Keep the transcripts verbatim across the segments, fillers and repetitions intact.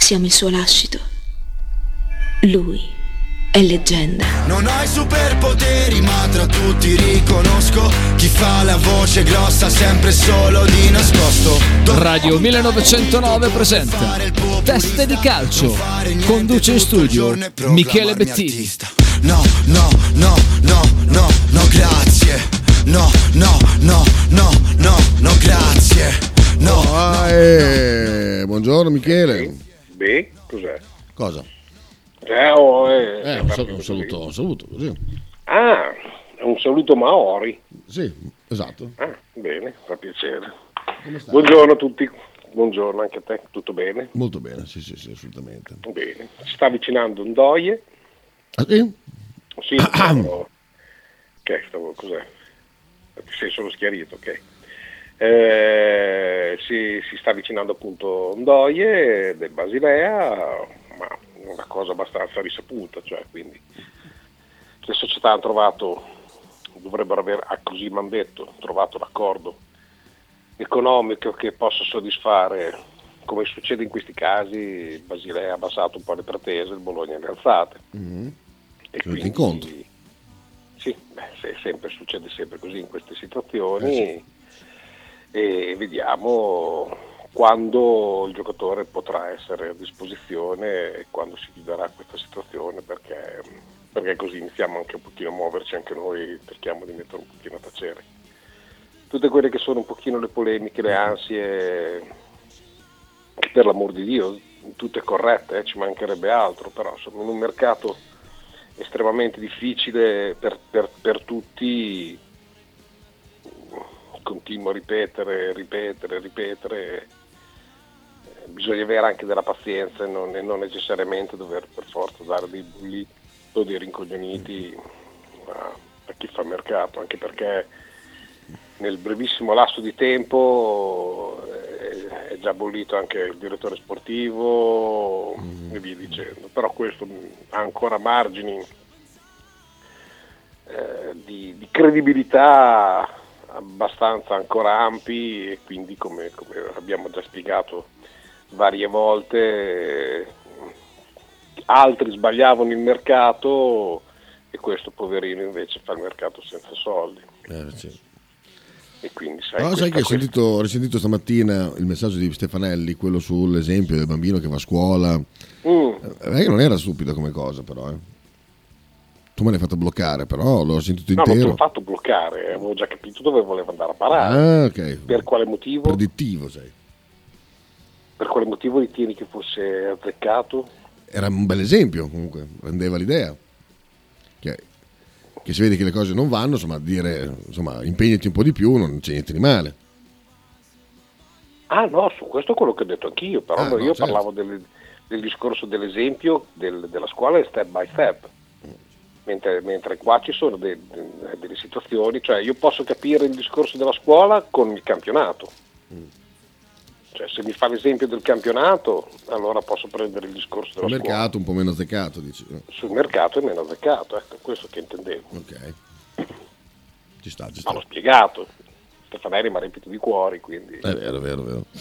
siamo il suo lascito. Lui è leggenda. Non ho i superpoteri, ma tra tutti riconosco chi fa la voce grossa sempre solo di nascosto. Radio millenovecentonove presenta Teste di calcio. Conduce in studio Michele Bettini. No, no, no, no, no, no, grazie. No, no, no, no, no, no, grazie. No, ah, eh, buongiorno Michele. Beh, cos'è? Cosa? Eh, oh, eh, Eh, un, un saluto, un saluto così. Ah, un saluto Maori. Sì, esatto. Ah, bene, fa piacere. Come stai? Buongiorno a tutti. Buongiorno anche a te, tutto bene? Molto bene, sì, sì, sì, assolutamente. Bene. Si sta avvicinando un Doie. Ah, sì? Sì, stavo... ok, stavo, cos'è? Ti sei solo schiarito, ok. Eh, si, si sta avvicinando appunto un Doie del Basilea, ma una cosa abbastanza risaputa, cioè quindi le società hanno trovato, dovrebbero aver, così mi hanno detto, trovato l'accordo economico che possa soddisfare, come succede in questi casi. Il Basilea ha abbassato un po' le pretese, il Bologna le ha alzate. Mm-hmm. E quindi, incontro. Sì, beh, se, sempre, succede sempre così in queste situazioni, eh sì. E vediamo quando il giocatore potrà essere a disposizione e quando si chiuderà questa situazione, perché, perché così iniziamo anche un pochino a muoverci anche noi, cerchiamo di mettere un pochino a tacere tutte quelle che sono un pochino le polemiche, le ansie, che per l'amor di Dio tutte corrette, eh, ci mancherebbe altro, però insomma, in un mercato estremamente difficile per, per, per tutti, continuo a ripetere, ripetere, ripetere, eh, bisogna avere anche della pazienza e non, e non necessariamente dover per forza dare dei bulli o dei rincoglioniti a, a chi fa mercato, anche perché nel brevissimo lasso di tempo eh, è già bollito anche il direttore sportivo mm. e via dicendo, però questo ha ancora margini eh, di, di credibilità abbastanza ancora ampi, e quindi come, come abbiamo già spiegato varie volte, eh, altri sbagliavano il mercato e questo poverino invece fa il mercato senza soldi. Eh, sì. E quindi sai, no, sai che ho sentito, ho risentito stamattina il messaggio di Stefanelli, quello sull'esempio del bambino che va a scuola. Mm. Eh, non era stupida come cosa, però eh. Tu me l'hai fatto bloccare, però l'ho sentito intero. No, non ti ho fatto bloccare, avevo già capito dove voleva andare a parare. Ah, ok. Per quale motivo? Predittivo, sai. Per quale motivo ritieni che fosse azzeccato? Era un bel esempio, comunque, rendeva l'idea. Che che si vede che le cose non vanno, insomma, dire, insomma, impegnati un po' di più, non c'è niente di male. Ah no, su questo è quello che ho detto anch'io, però ah, io no, certo. parlavo del, del discorso dell'esempio del, della scuola step by step, mm. mentre, mentre qua ci sono de, de, delle situazioni, cioè io posso capire il discorso della scuola con il campionato. Mm. Cioè, se mi fa l'esempio del campionato, allora posso prendere il discorso della scuola. Sul mercato scuola. Un po' meno azzeccato, dici. Sul mercato è meno azzeccato, ecco, questo che intendevo. Ok. Ci sta, ci sta. Ma l'ho spiegato. Stefanelli mi ha riempito di cuori, quindi... È vero, è vero, è vero.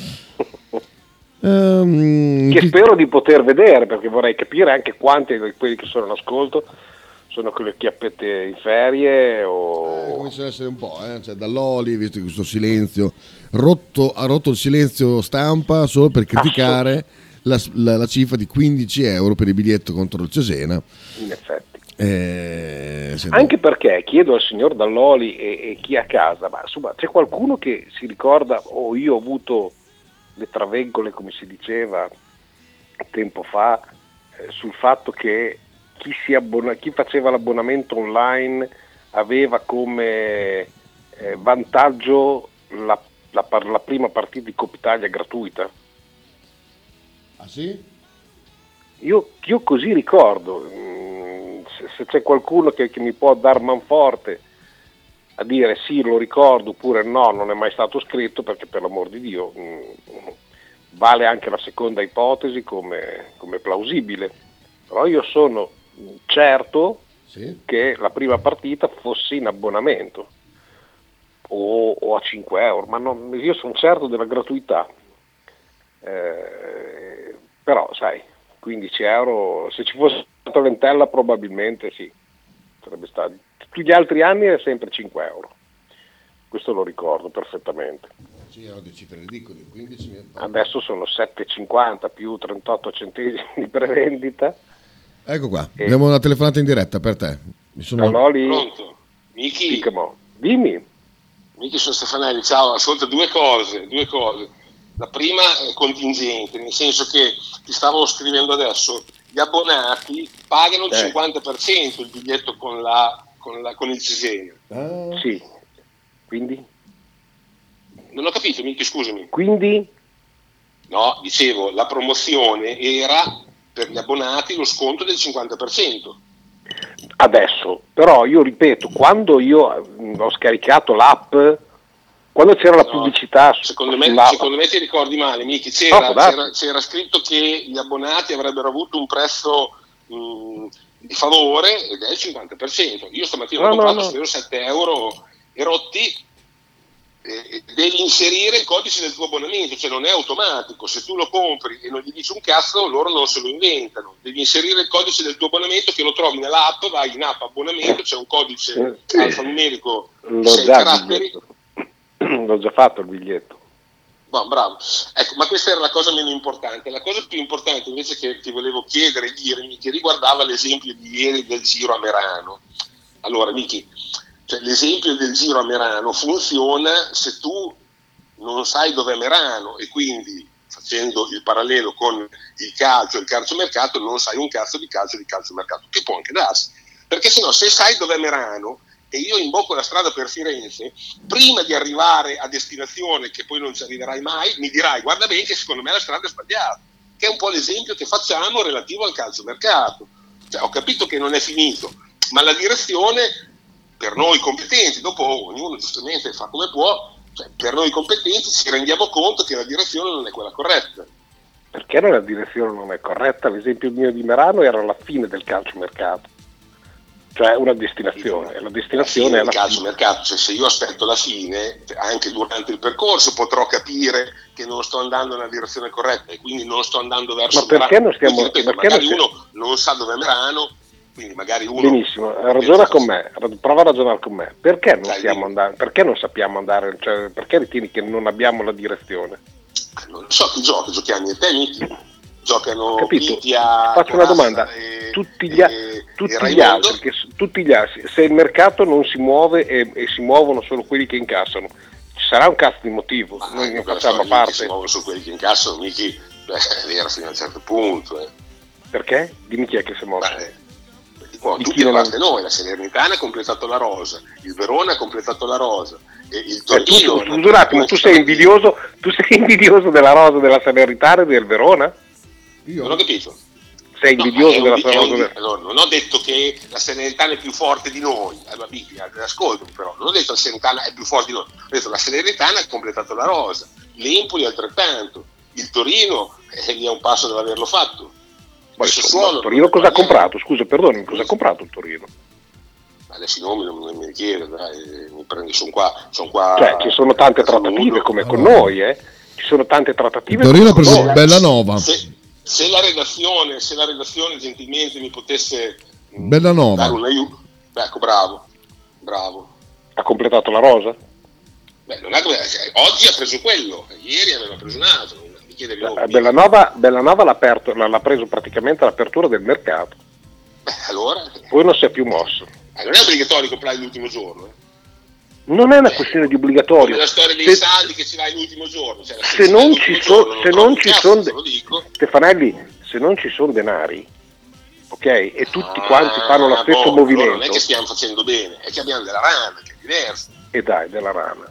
um, che chi... spero di poter vedere, perché vorrei capire anche quanti di quelli che sono in ascolto sono quelle chiappette in ferie o... Eh, comincia ad essere un po', eh? Cioè, dall'Oli, visto questo silenzio, rotto, ha rotto il silenzio stampa solo per criticare la, la, la cifra di quindici euro per il biglietto contro il Cesena. In effetti. Eh, anche perché chiedo al signor Dall'Oli e, e chi è a casa, ma insomma c'è qualcuno che si ricorda, o io ho avuto le traveggole, come si diceva tempo fa, eh, sul fatto che chi, si abbona, chi faceva l'abbonamento online aveva come eh, vantaggio la, la, la prima partita di Coppa Italia gratuita. Ah sì? Io, io così ricordo, se, se c'è qualcuno che, che mi può dar manforte a dire sì lo ricordo oppure no, non è mai stato scritto, perché per l'amor di Dio mh, vale anche la seconda ipotesi come, come plausibile, però io sono certo sì. che la prima partita fosse in abbonamento o, o a cinque euro, ma non, io sono certo della gratuità, eh, però sai, quindici euro, se ci fosse stato l'entella probabilmente sì, sarebbe stato. Tutti gli altri anni è sempre cinque euro, questo lo ricordo perfettamente. Sì, erano delle cifre ridicole, quindici mila. Adesso sono sette e cinquanta più trentotto centesimi di prevendita. Ecco qua, E... abbiamo una telefonata in diretta per te. Mi sono... Allora, lì... Pronto? Michi? Dicamo. Dimmi. Michi, sono Stefanelli, ciao, ascolta due cose, due cose. La prima è contingente, nel senso che ti stavo scrivendo adesso, gli abbonati pagano il eh. cinquanta per cento il biglietto con, la, con, la, con il Cesena. Ah. Sì, quindi? Non ho capito, Michi, scusami. Quindi? No, dicevo, la promozione era per gli abbonati lo sconto del cinquanta per cento. Adesso, però io ripeto, quando io ho scaricato l'app, quando c'era la no, pubblicità secondo me, sull'app, secondo me ti ricordi male, Michi, c'era, no, c'era, c'era scritto che gli abbonati avrebbero avuto un prezzo mh, di favore ed è il cinquanta per cento. Io stamattina no, ho comprato no, no. sette euro e rotti. Eh, devi inserire il codice del tuo abbonamento, cioè non è automatico, se tu lo compri e non gli dici un cazzo loro non se lo inventano, devi inserire il codice del tuo abbonamento che lo trovi nell'app, vai in app abbonamento, c'è un codice Sì. alfanumerico di L'ho sei già, caratteri. l'ho già fatto il biglietto. Boh, bravo, ecco, ma questa era la cosa meno importante. La cosa più importante invece che ti volevo chiedere e dirmi, che riguardava l'esempio di ieri del giro a Merano. Allora Michi, cioè, l'esempio del giro a Merano funziona se tu non sai dov'è Merano e quindi, facendo il parallelo con il calcio e il calciomercato, non sai un cazzo di calcio e di calciomercato, che può anche darsi, perché sennò se sai dov'è Merano e io imbocco la strada per Firenze, prima di arrivare a destinazione, che poi non ci arriverai mai, mi dirai guarda bene che secondo me la strada è sbagliata, che è un po' l'esempio che facciamo relativo al calciomercato. Cioè, ho capito che non è finito, ma la direzione per noi competenti, dopo ognuno giustamente fa come può, cioè, per noi competenti ci rendiamo conto che la direzione non è quella corretta. Perché la direzione non è corretta? L'esempio mio di Merano era la fine del calciomercato, cioè una destinazione, e la destinazione la è la calciomercato, cioè se io aspetto la fine, anche durante il percorso potrò capire che non sto andando nella direzione corretta e quindi non sto andando verso Ma perché non stiamo- Quindi, ripeto, perché magari non stiamo- uno non sa dove è Merano, quindi magari uno benissimo, ragiona con me, prova a ragionare con me. Perché non Dai, stiamo dimmi. andando, perché non sappiamo andare, cioè, perché ritieni che non abbiamo la direzione? non so chi gioca, giochiamo in te, Michi. Giocano Capito? Pitia, Faccio una domanda. e, Tutti gli, a- e- tutti e gli Raimondo? altri, che, s- tutti gli altri, se il mercato non si muove e, e si muovono solo quelli che incassano, ci sarà un cazzo di motivo, Ma noi non quella facciamo storia lì che si parte. muovono su quelli che incassano, Michi, beh, era fino a un certo punto. Eh. Perché? Dimmi chi è che si muove. Beh, Boh, Di tutti chi a non ha- parte noi, la Salernitana ha completato la rosa, il Verona ha completato la rosa, e il Eh, tu, Torino... scusa un attimo, tu sei invidioso, tu sei invidioso della rosa della Salernitana e del Verona? Io? Non ho capito. Sei No, invidioso è un della di- è un rosa di- del... allora, non ho detto che la Salernitana è più forte di noi, allora Bibbia, ascolto però, non ho detto che la Salernitana è più forte di noi, ho detto che la Salernitana ha completato la rosa, l'Empoli altrettanto, il Torino è lì a un passo dall'averlo fatto. Ma Il insomma, Sassuolo il Torino cosa ha sbagliato. comprato? Scusa, perdoni, cosa ha comprato il Torino? Adesso i nomi non, non mi richiede, dai, mi prendi, sono qua, sono qua. Cioè, ci sono tante sono trattative nudo. come con noi, eh? Ci sono tante trattative Torino ha come con preso noi. Bellanova. Se, se la redazione, se la redazione gentilmente mi potesse mh, Bellanova. dare un aiuto, beh, ecco, bravo, bravo. Ha completato la rosa? Beh, non è come, cioè, oggi ha preso quello, ieri aveva preso un altro, non mi chiedevi Eh, nomi. Bellanova, Bellanova l'ha, aperto, l'ha, l'ha preso praticamente all'apertura del mercato, Beh, allora, poi non si è più mosso. eh, non è obbligatorio comprare l'ultimo giorno. Eh. Non è una questione di obbligatorio. Come la storia dei Se- saldi che ci vai l'ultimo giorno. Cioè, se ci vai non l'ultimo ci so- giorno, se trovi non un ci cazzo, sono te lo dico. Stefanelli, se non ci sono denari, ok, e tutti Ah, quanti fanno lo stesso boh, movimento, allora non è che stiamo facendo bene, è che abbiamo della rana, che è diverso. e dai, della rana.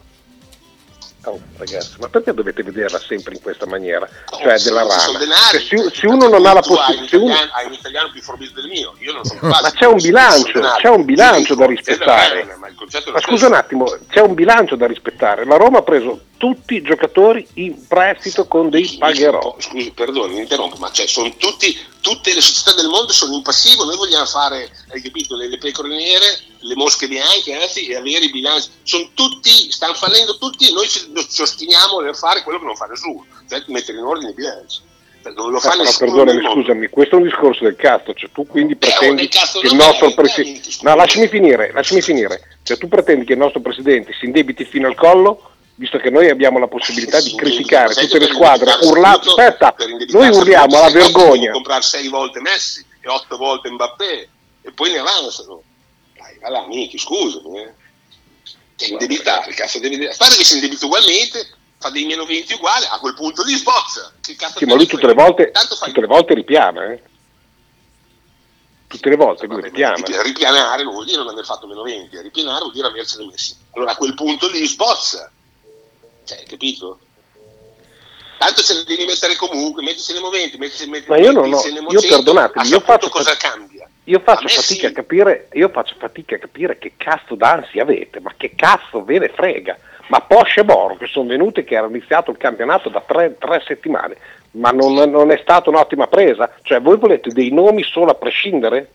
Oh, ragazzi, ma perché dovete vederla sempre in questa maniera? No, Cioè, se della non ci sono rana. denari, Se, se- se uno non ha la tu hai un, possibilità, italiano, hai un italiano più forbito del mio, io non sono ma c'è un bilancio, c'è un bilancio da rispettare. Rana, ma il concetto è lo Ma stesso. scusa un attimo, c'è un bilancio da rispettare. La Roma ha preso tutti i giocatori in prestito con dei pagherò. Scusi, perdoni, mi interrompo, ma cioè, sono tutti, tutte le società del mondo sono in passivo, noi vogliamo fare, hai capito, le, le pecore nere, le mosche bianche, anzi, e avere i bilanci. Sono tutti, stanno fallendo tutti e noi ci, ci ostiniamo nel fare quello che non fa nessuno, cioè mettere in ordine i bilanci. non lo fa Ah, nessuno. perdonami, scusami, questo è un discorso del cazzo, cioè tu quindi Eh, pretendi del cazzo che il non nostro è, presidente... scusa. No, lasciami finire, lasciami finire. Cioè tu pretendi che il nostro presidente si indebiti fino al collo, visto che noi abbiamo la possibilità di Sì, criticare ma sai tutte che le per squadre, indebitarsi urlare, tutto- aspetta, per noi indebitarsi urliamo tutto, alla sei volte vergogna. devono comprare sei volte Messi e otto volte Mbappé e poi ne avanzano. Dai, va là, amici, scusami, eh. Cioè, indebitare, cazzo, devi fare che si indebita ugualmente, fa dei meno venti uguali, a quel punto lì sbozza. Che cazzo Sì, te ma lui ne tutte le frega? volte, Tanto fai- tutte le volte ripiana, eh. Tutte le volte lui Vabbè, ripiana. ripi- ripianare non vuol dire non aver fatto meno venti, ripianare vuol dire avercene messi. Allora a quel punto lì sbozza. Cioè, capito? Tanto se ne devi mettere comunque, metti se ne moventi, metti se ne Ma io non ho, se ne io perdonatemi, a io sto punto faccio, cosa fa- cambia? io faccio A me fatica sì. a capire, io faccio fatica a capire che cazzo d'ansia avete, ma che cazzo ve ne frega? Ma Porsche e Boro che sono venuti, che era iniziato il campionato da tre, tre settimane, ma non, non è stata un'ottima presa? Cioè voi volete dei nomi solo a prescindere?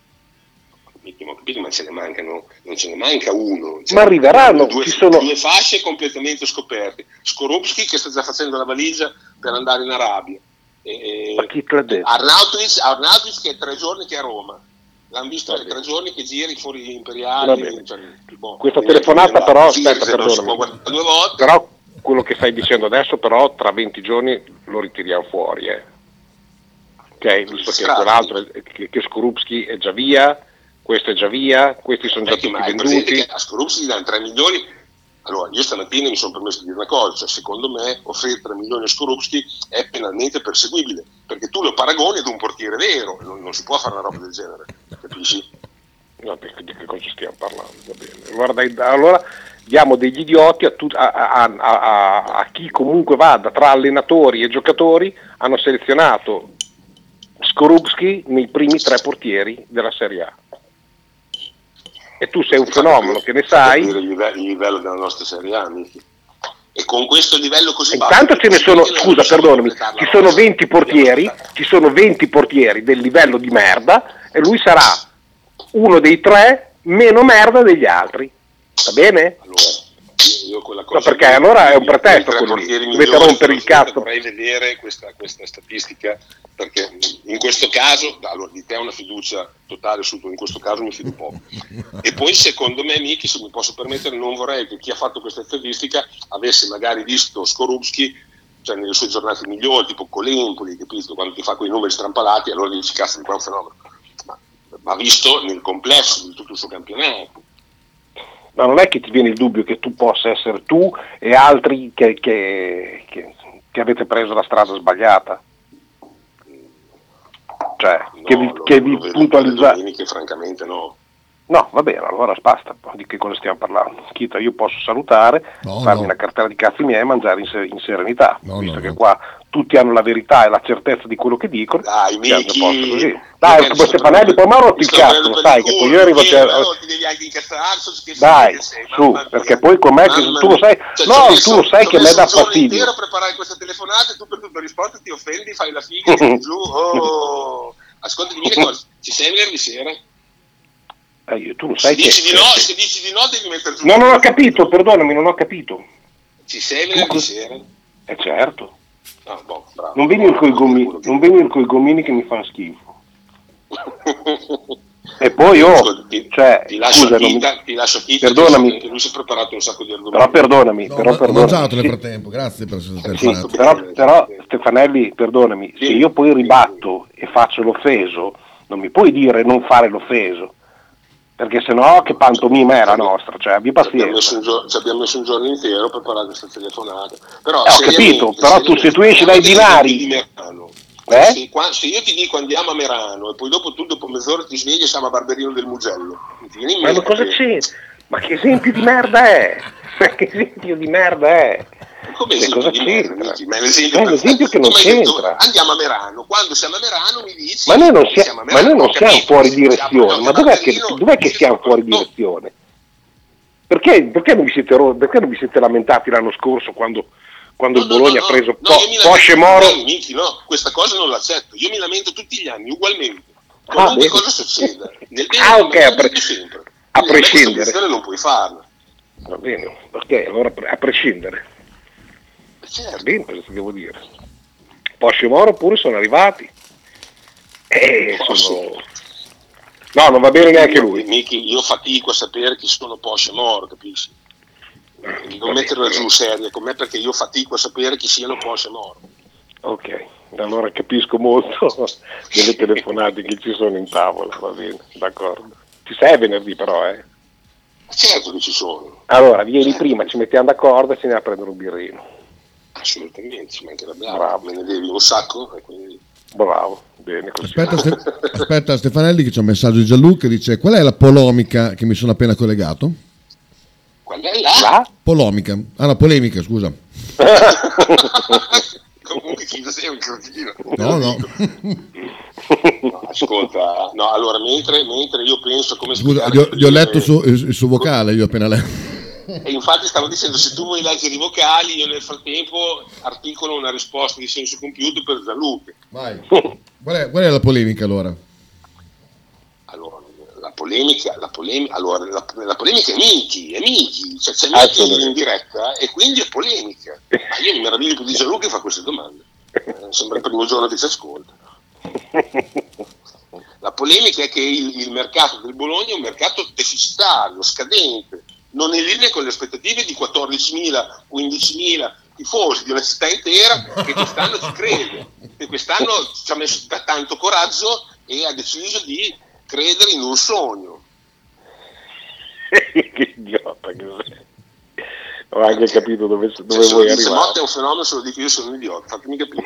Ho capito, ma ce ne mancano, non ce ne manca uno. Cioè, Ma arriveranno, due, ci sono... due fasce completamente scoperte. Skorupski che sta già facendo la valigia per andare in Arabia. E, Ma chi te l'ha detto? Arnautovic, Arnautovic che è tre giorni che è a Roma. L'hanno visto Va che bene. tre giorni che giri fuori Va imperiali. bene. Cioè, boh, Questa niente, telefonata niente, però, così, aspetta, se non si può perdonami, guardare due volte. però quello che stai dicendo adesso però tra venti giorni lo ritiriamo fuori, eh. Ok, visto che Strano. quell'altro, è- che, che Skorupski è già via, questo è già via, questi sono già Vecchio, tutti ma è presente venduti. che a Skorupski gli danno tre milioni. Allora, io stamattina mi sono permesso di dire una cosa, cioè, secondo me offrire tre milioni a Skorupski è penalmente perseguibile, perché tu lo paragoni ad un portiere vero, non, non si può fare una roba del genere, capisci? No, di, di che cosa stiamo parlando? Va bene. Allora, dai, allora diamo degli idioti a, tut- a- a- a- a- a chi comunque vada tra allenatori e giocatori, hanno selezionato Skorupski nei primi tre portieri della Serie A. E tu sei un Fa fenomeno capire- che ne fa sai. capire il livello, il livello della nostra Serie A, amici. E con questo livello così basso... Intanto ce ne sono, perché non scusa, riusciamo a perdonami, completare la ci sono rosa? venti portieri, ci sono venti portieri del livello di merda e lui sarà uno dei tre meno merda degli altri. Va bene? Allora, io, io quella cosa No, perché lì- allora è un i- pretesto i tre quello lì. portieri Dovete migliori, rompere il assolutamente cazzo. Vorrei vedere questa, questa statistica, perché in questo caso, allora, di te è una fiducia totale su, in questo caso mi fido poco. E poi secondo me, Miki, se mi posso permettere, non vorrei che chi ha fatto questa statistica avesse magari visto Skorupski, cioè nelle sue giornate migliori, tipo con l'Empoli, capito? Quando ti fa quei numeri strampalati, allora dici cazzo di qua è un fenomeno. Ma, ma visto nel complesso di tutto il suo campionato. Ma non è che ti viene il dubbio che tu possa essere tu e altri che, che, che, che avete preso la strada sbagliata? Cioè, No, che vi, lo, che vi lo vedo puntualizzate. che francamente no. No, va bene, allora basta, di che cosa stiamo parlando? Chita, io posso salutare, No, farmi no. una cartella di cazzi miei e mangiare in, se- in serenità, No, visto no, che no. qua tutti hanno la verità e la certezza di quello che dicono. Dai, stiamo a Miki, posto così. io Dai, penso come Stefanelli, poi mi ha rotto il sto cazzo, prendendo lo per sai, il che culo, poi io arrivo a... Miki, allora ti devi anche incazzare, so che Dai, che sei, su, mamma perché mia. poi con me, che Mamma tu lo sai, mia. Cioè, no, ci ho tu messo- lo sai ci ho che mi messo dà un giorno fastidio. intero a preparare questa telefonata e tu per tutta risposta ti offendi, fai la figa, ti giù, oh. Ascolta, dimmi una cosa, ci sei venerdì sera? Eh, io- tu lo Se sai che... dici di no, se dici di no devi mettere giù. No, non ho capito, perdonami, non ho capito. Ci sei venerdì sera? Eh certo, Ah, boh, bravo. non venire coi gomini, Culo che- non venire coi gomini che mi fanno schifo. E poi io, Ascolta, ti, cioè, ti lascio scusa, a non mi- Chita, ti lascio a Chita, Perdonami. che anche lui si è preparato un sacco di argomenti. però perdonami, No, però ho perdonami. mangiato nel Sì, frattempo, grazie per essere sì, telefonato. però, però Stefanelli, perdonami, se Sì. io poi ribatto e faccio l'offeso, non mi puoi dire non fare l'offeso, perché sennò che pantomima è la nostra, cioè abbi Ci abbiamo, messo pazienza. un giorno, ci abbiamo messo un giorno intero per preparare questa telefonata. Però, Eh, ho seriamente, capito, però tu- se tu esci dai seriamente, binari- di Merano, Eh? se, qua- se io ti dico andiamo a Merano e poi dopo tu dopo mezz'ora ti svegli e siamo a Barberino del Mugello, non ti viene in Ma mente cosa che- c'è? Ma che esempio di merda è? Ma che esempio di merda è? Come Che esempio cosa di merda, c'entra? Miki? Ma è l'esempio, È un esempio che non come hai detto, c'entra. andiamo a Merano, quando siamo a Merano mi dici Ma noi non, che sia- siamo a ma Merano, noi non ho siamo capito, fuori siamo- direzione, no, ma a dov'è che, Barberino- dov'è che siamo fuori no, direzione? Perché, perché, non vi siete, ro- perché non vi siete lamentati l'anno scorso quando, quando No, il no, Bologna no, ha preso no, Po- io mi lamento Porsche e tutti gli Moro? anni, Miki, no, questa cosa non l'accetto. Io mi lamento tutti gli anni, ugualmente. Ah, Qualunque bene. cosa succeda. Nel bene Ah, e ok, nel a male, pre- io sempre. a Quindi me questa prescindere. posizione non puoi farla. Va bene, ok, allora pre- a prescindere. Certo. Va bene, cosa ti devo dire? Porsche Moro pure sono arrivati. Eh, sono... No, non va bene neanche lui. Michi, io fatico a sapere chi sono Porsche Moro, capisci? Non metterla giù seria con me, perché io fatico a sapere chi siano Porsche Moro. Ok, allora capisco molto delle telefonate che ci sono in tavola, va bene, d'accordo. Ci sei venerdì però, eh? Certo che ci sono. Allora, vieni certo. Prima, ci mettiamo d'accordo e ci andiamo a prendere un birrino. Assolutamente, ci mancherebbe altro, me ne devi un sacco e quindi... Bravo, bene così. Aspetta, Ste- aspetta Stefanelli che c'è un messaggio di Gianluca, dice: qual è la polemica che mi sono appena collegato? Qual è la? La? Polemica. Ah no, polemica, scusa. Comunque chi sei un cretino. No, no. No, ascolta, no, allora mentre, mentre io penso come scusa, gli ho, gli ho letto su, il suo vocale, io appena letto. E infatti stavo dicendo, se tu vuoi leggere i vocali, io nel frattempo articolo una risposta di senso compiuto per Gianluca. Vai. Qual è, qual è la polemica allora? Allora, la polemica, la polemica, allora, la, la polemica è Minchi, è Minchi, cioè c'è Minchi in diretta e quindi è polemica. Ma io mi meraviglio più di Gianluca che fa queste domande. Eh, sembra il primo giorno che ci ascolta. La polemica è che il, il mercato del Bologna è un mercato deficitario, scadente, non in linea con le aspettative di quattordicimila, quindicimila tifosi di una città intera che quest'anno ci crede, che quest'anno ci ha messo t- tanto coraggio e ha deciso di credere in un sogno. Che idiota che sei. Ho anche capito dove, dove se vuoi arrivare. Se arrivare. è un fenomeno, se lo dico io sono un idiota, fatemi capire.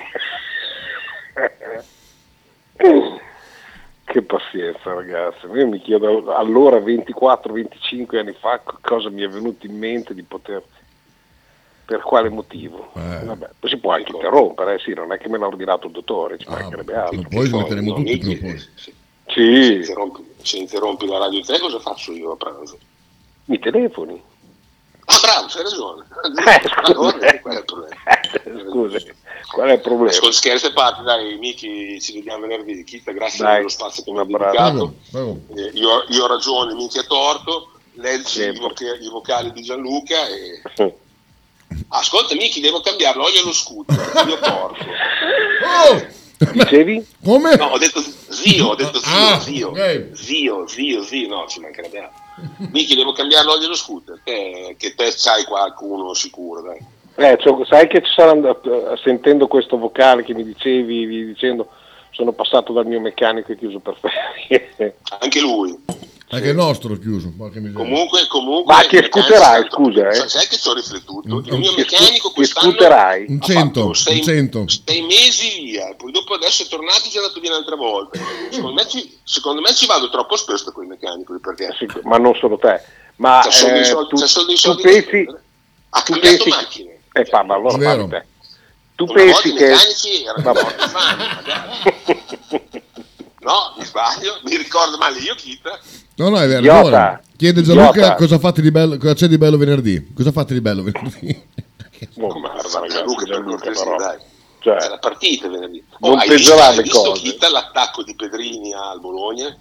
Che pazienza ragazzi, io mi chiedo allora ventiquattro venticinque anni fa cosa mi è venuto in mente di poter, per quale motivo. Eh. Vabbè, poi si può anche interrompere, eh, sì, non è che me l'ha ordinato il dottore, ci ah, mancherebbe altro. Poi smetteremo no, tutti mi, poi. Sì. Sì. Se, interrompi, se interrompi la radio te, cosa faccio io a pranzo? Mi telefoni. Ah bravo, hai ragione. Eh, allora, qual è il problema? Scusi, qual è il problema? Ascolta, scherzi a parte, dai, Michi, ci vediamo venerdì. Chita, grazie dai, per lo spazio che mi ha dedicato. Eh, io, io ho ragione, Michi ha torto. Leggi i, voca- i vocali di Gianluca e... Ascolta, Michi, devo cambiare l'olio allo scooter. Io porto. Oh! Dicevi? Come? No, ho detto zio, ho detto zio, ah, zio, okay. zio, zio, zio, no, ci mancherebbe altro. Michi, devo cambiare l'olio allo scooter, te, che te c'hai qualcuno sicuro, dai. Eh, cioè, sai che ci sarà andato, sentendo questo vocale che mi dicevi, vi dicendo, sono passato dal mio meccanico e chiuso per ferie. Anche lui. Anche il nostro è chiuso. Comunque, comunque. Ma che scooterai, scusa, eh? Sai che ci ho riflettuto? Il Un, mio che meccanico che quest'anno scooterai? Un cento, sei, un cento. sei mesi via, poi dopo adesso è tornato e ci è andato via un'altra volta. Secondo me ci, secondo me ci vado troppo spesso con i meccanici, perché? Ma non solo te. Ma c'è solo eh, dei soldi, tu, c'è solo dei tu soldi pensi, ha tu cambiato pensi, macchine. Eh, fa, ma allora parli te. Tu Una pensi volta che... i meccanici erano morti di fame, magari. No, mi sbaglio, mi ricordo male io, Chita. No, no, è vero. Idiota. Chiede Gianluca cosa fate di bello, cosa c'è di bello venerdì. Cosa fate di bello venerdì? Oh, ma guarda, Gianluca, per cortesia, però. dai. Cioè, c'è la partita venerdì. Oh, non hai peggiorare visto, le hai cose. visto Chita l'attacco di Pedrini al Bologna?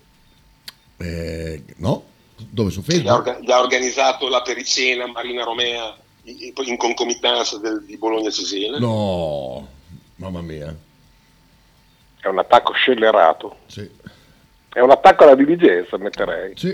Eh, no. Dove su Gli ha, Facebook? orga- gli ha organizzato la pericena Marina Romea in, in concomitanza del, di Bologna Cesena. No, mamma mia. È un attacco scellerato. Sì. È un attacco alla diligenza, metterei. Sì.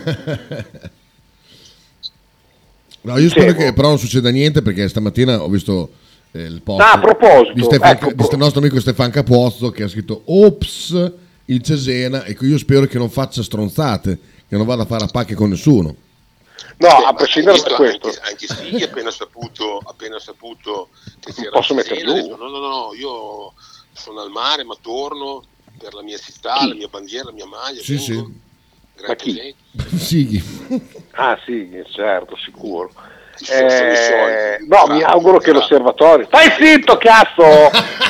No, io spero che però non succeda niente, perché stamattina ho visto eh, il post ah, a proposito, di, Stefan, ecco, di st- nostro amico Stefan Capozzo, che ha scritto ops il Cesena, e io spero che non faccia stronzate, che non vada a fare a pacche con nessuno. No, Beh, a prescindere da questo. Anche, anche Stighi appena saputo, appena saputo che c'era posso il mettere Cesena, ha giù? detto, no, no, no, io sono al mare, ma torno per la mia città, Chi? la mia bandiera, la mia maglia. Sì, vengo. sì. Ma chi? Sì. Ah sì, certo, sicuro. Ci sono Eh, i soldi, no, bravo, mi auguro che bravo. l'osservatorio... Stai zitto, cazzo!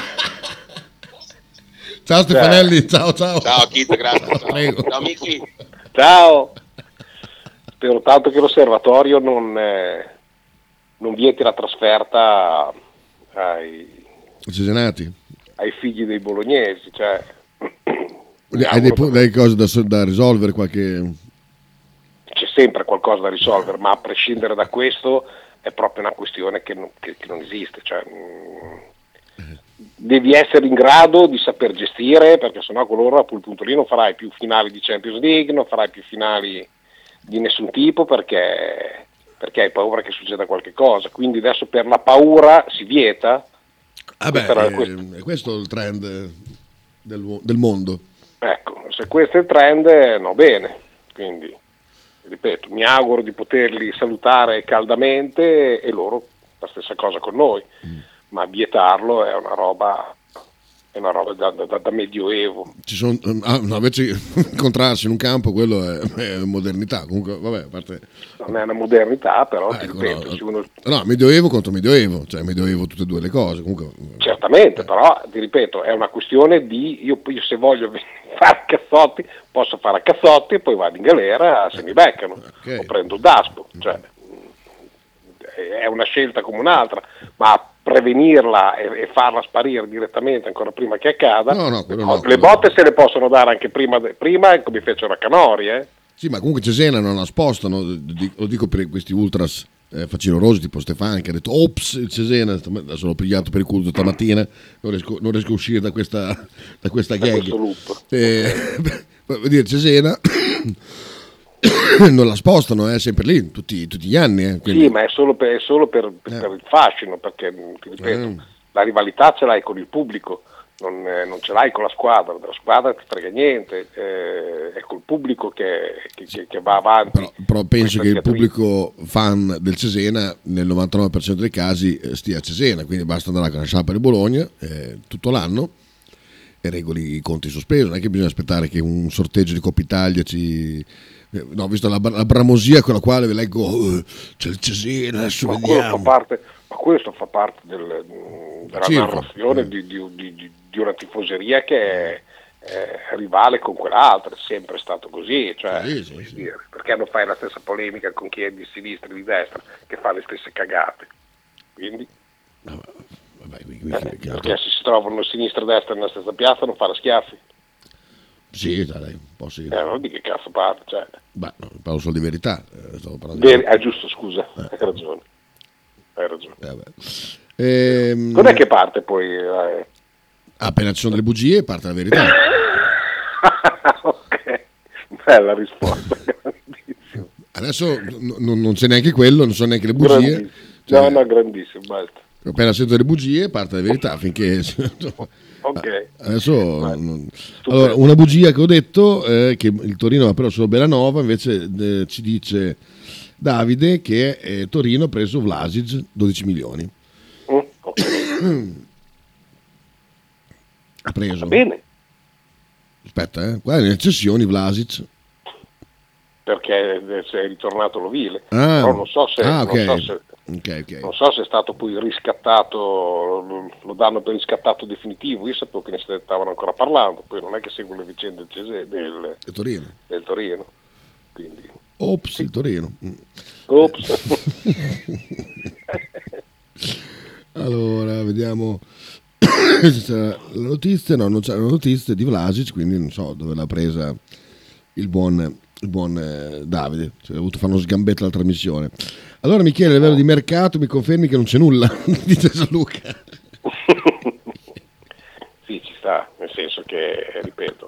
Ciao Stefanelli, ciao ciao. Ciao Chita, grazie. Ciao, Prego. ciao Michi. Ciao! Spero tanto che l'osservatorio non, eh, non vieti la trasferta ai, Cesenati. ai figli dei bolognesi, cioè... Hai dei, pu- dei cose da, da risolvere, qualche... C'è sempre qualcosa da risolvere, ma a prescindere da questo è proprio una questione che non, che, che non esiste, cioè, mh, devi essere in grado di saper gestire, perché sennò con loro a quel punto lì non farai più finali di Champions League, non farai più finali di nessun tipo, perché, perché hai paura che succeda qualche cosa. Quindi adesso per la paura si vieta. Ah beh, Era- è, è questo il trend del, del mondo. Ecco, se questo è il trend, no bene. Quindi, ripeto, mi auguro di poterli salutare caldamente e loro la stessa cosa con noi, Mm. ma vietarlo è una roba, è una roba da, da, da medioevo. Ci sono, ah, no, invece incontrarsi in un campo, quello è, è modernità. Comunque, vabbè, a parte. Non è una modernità, però Ah, ti ecco, ripeto, no, se uno- no, medioevo contro medioevo, cioè medioevo tutte e due le cose. Comunque, certamente, però ti ripeto, è una questione di io, io se voglio fare cazzotti, posso fare a cazzotti e poi vado in galera se mi beccano, Ok. o prendo il daspo, cioè, è una scelta come un'altra, ma prevenirla e, e farla sparire direttamente ancora prima che accada, No, no, quello le no, bo- quello le botte se le possono dare anche prima, de- prima come fecero a Canori, eh? Sì, ma comunque Cesena non la spostano, di- lo dico per questi ultras eh, facinorosi tipo Stefani che ha detto ops il Cesena, adesso l'ho pigliato per il culo stamattina, non riesco, non riesco a uscire da questa, da questa Da gag. questo loop. Eh, vuol dire Cesena non la spostano, è sempre lì, tutti, tutti gli anni. Eh, quindi- Sì, ma è solo per, è solo per, per- Eh. per il fascino, perché mh, ti ripeto, Eh. la rivalità ce l'hai con il pubblico, non, eh, non ce l'hai con la squadra, della squadra ti frega niente, eh, è col pubblico che, che- che- che va avanti. Però, però penso questa che il diatriba. pubblico fan del Cesena nel novantanove per cento dei casi eh, stia a Cesena, quindi basta andare con la sciarpa di Bologna eh, tutto l'anno e regoli i conti sospeso, non è che bisogna aspettare che un sorteggio di Coppa Italia ci... eh, No, ho visto la, la bramosia con la quale vi leggo oh, c'è il Cesena, adesso Ma quello fa vediamo. parte, ma questo fa parte del- della Circo. narrazione Eh. di, di- di- di- di una tifoseria che è, è rivale con quell'altra, è sempre stato così, cioè, Sì, sì, voglio sì. dire, perché non fai la stessa polemica con chi è di sinistra e di destra che fa le stesse cagate? Quindi, Vabbè, qui- qui- eh, che- che altro- perché se si trovano sinistra e destra nella stessa piazza non fare schiaffi? Sì, dai, dai, un po' sì. Eh, non di che cazzo parli, cioè. Beh, no, parlo solo di verità. eh, stavo parlando di- Veri- ah, giusto, scusa, hai ragione. Hai ragione. Eh, vabbè. Ehm, Cos'è che parte poi? eh? Appena ci sono delle bugie parte la verità. Ok, bella risposta, grandissimo. Adesso n- n- non c'è neanche quello, non sono neanche le bugie. Grandissimo. Cioè, No, no, grandissimo, basta. Appena sento le bugie parte la verità finché... Ok. Adesso... Vai. non- Allora, una bugia che ho detto è che il Torino ha preso solo Belanova, invece eh, ci dice Davide che eh, Torino ha preso Vlasic dodici milioni. Mm, ok. Ha preso. Va bene, Aspetta, eh. Qua nelle cessioni Vlasic. perché è ritornato Lovile. Ah, Però non so se, ah, non ok. so se, Ok, ok. non so se è stato poi riscattato, lo, lo danno per riscattato definitivo. Io sapevo che ne stavano ancora parlando, poi non è che seguo le vicende del, Cese- del, Il Torino. del Torino. Quindi, Ops, il Torino. Mm. ops. Allora, vediamo. C'era la notizia, no, non c'era la notizia di Vlasic, quindi non so dove l'ha presa il buon, il buon eh, Davide. Cioè, ha dovuto fare uno sgambetto alla trasmissione. Allora, Michele, a livello di mercato, mi confermi che non c'è nulla? Dice Gianluca. Sì, ci sta, nel senso che, ripeto,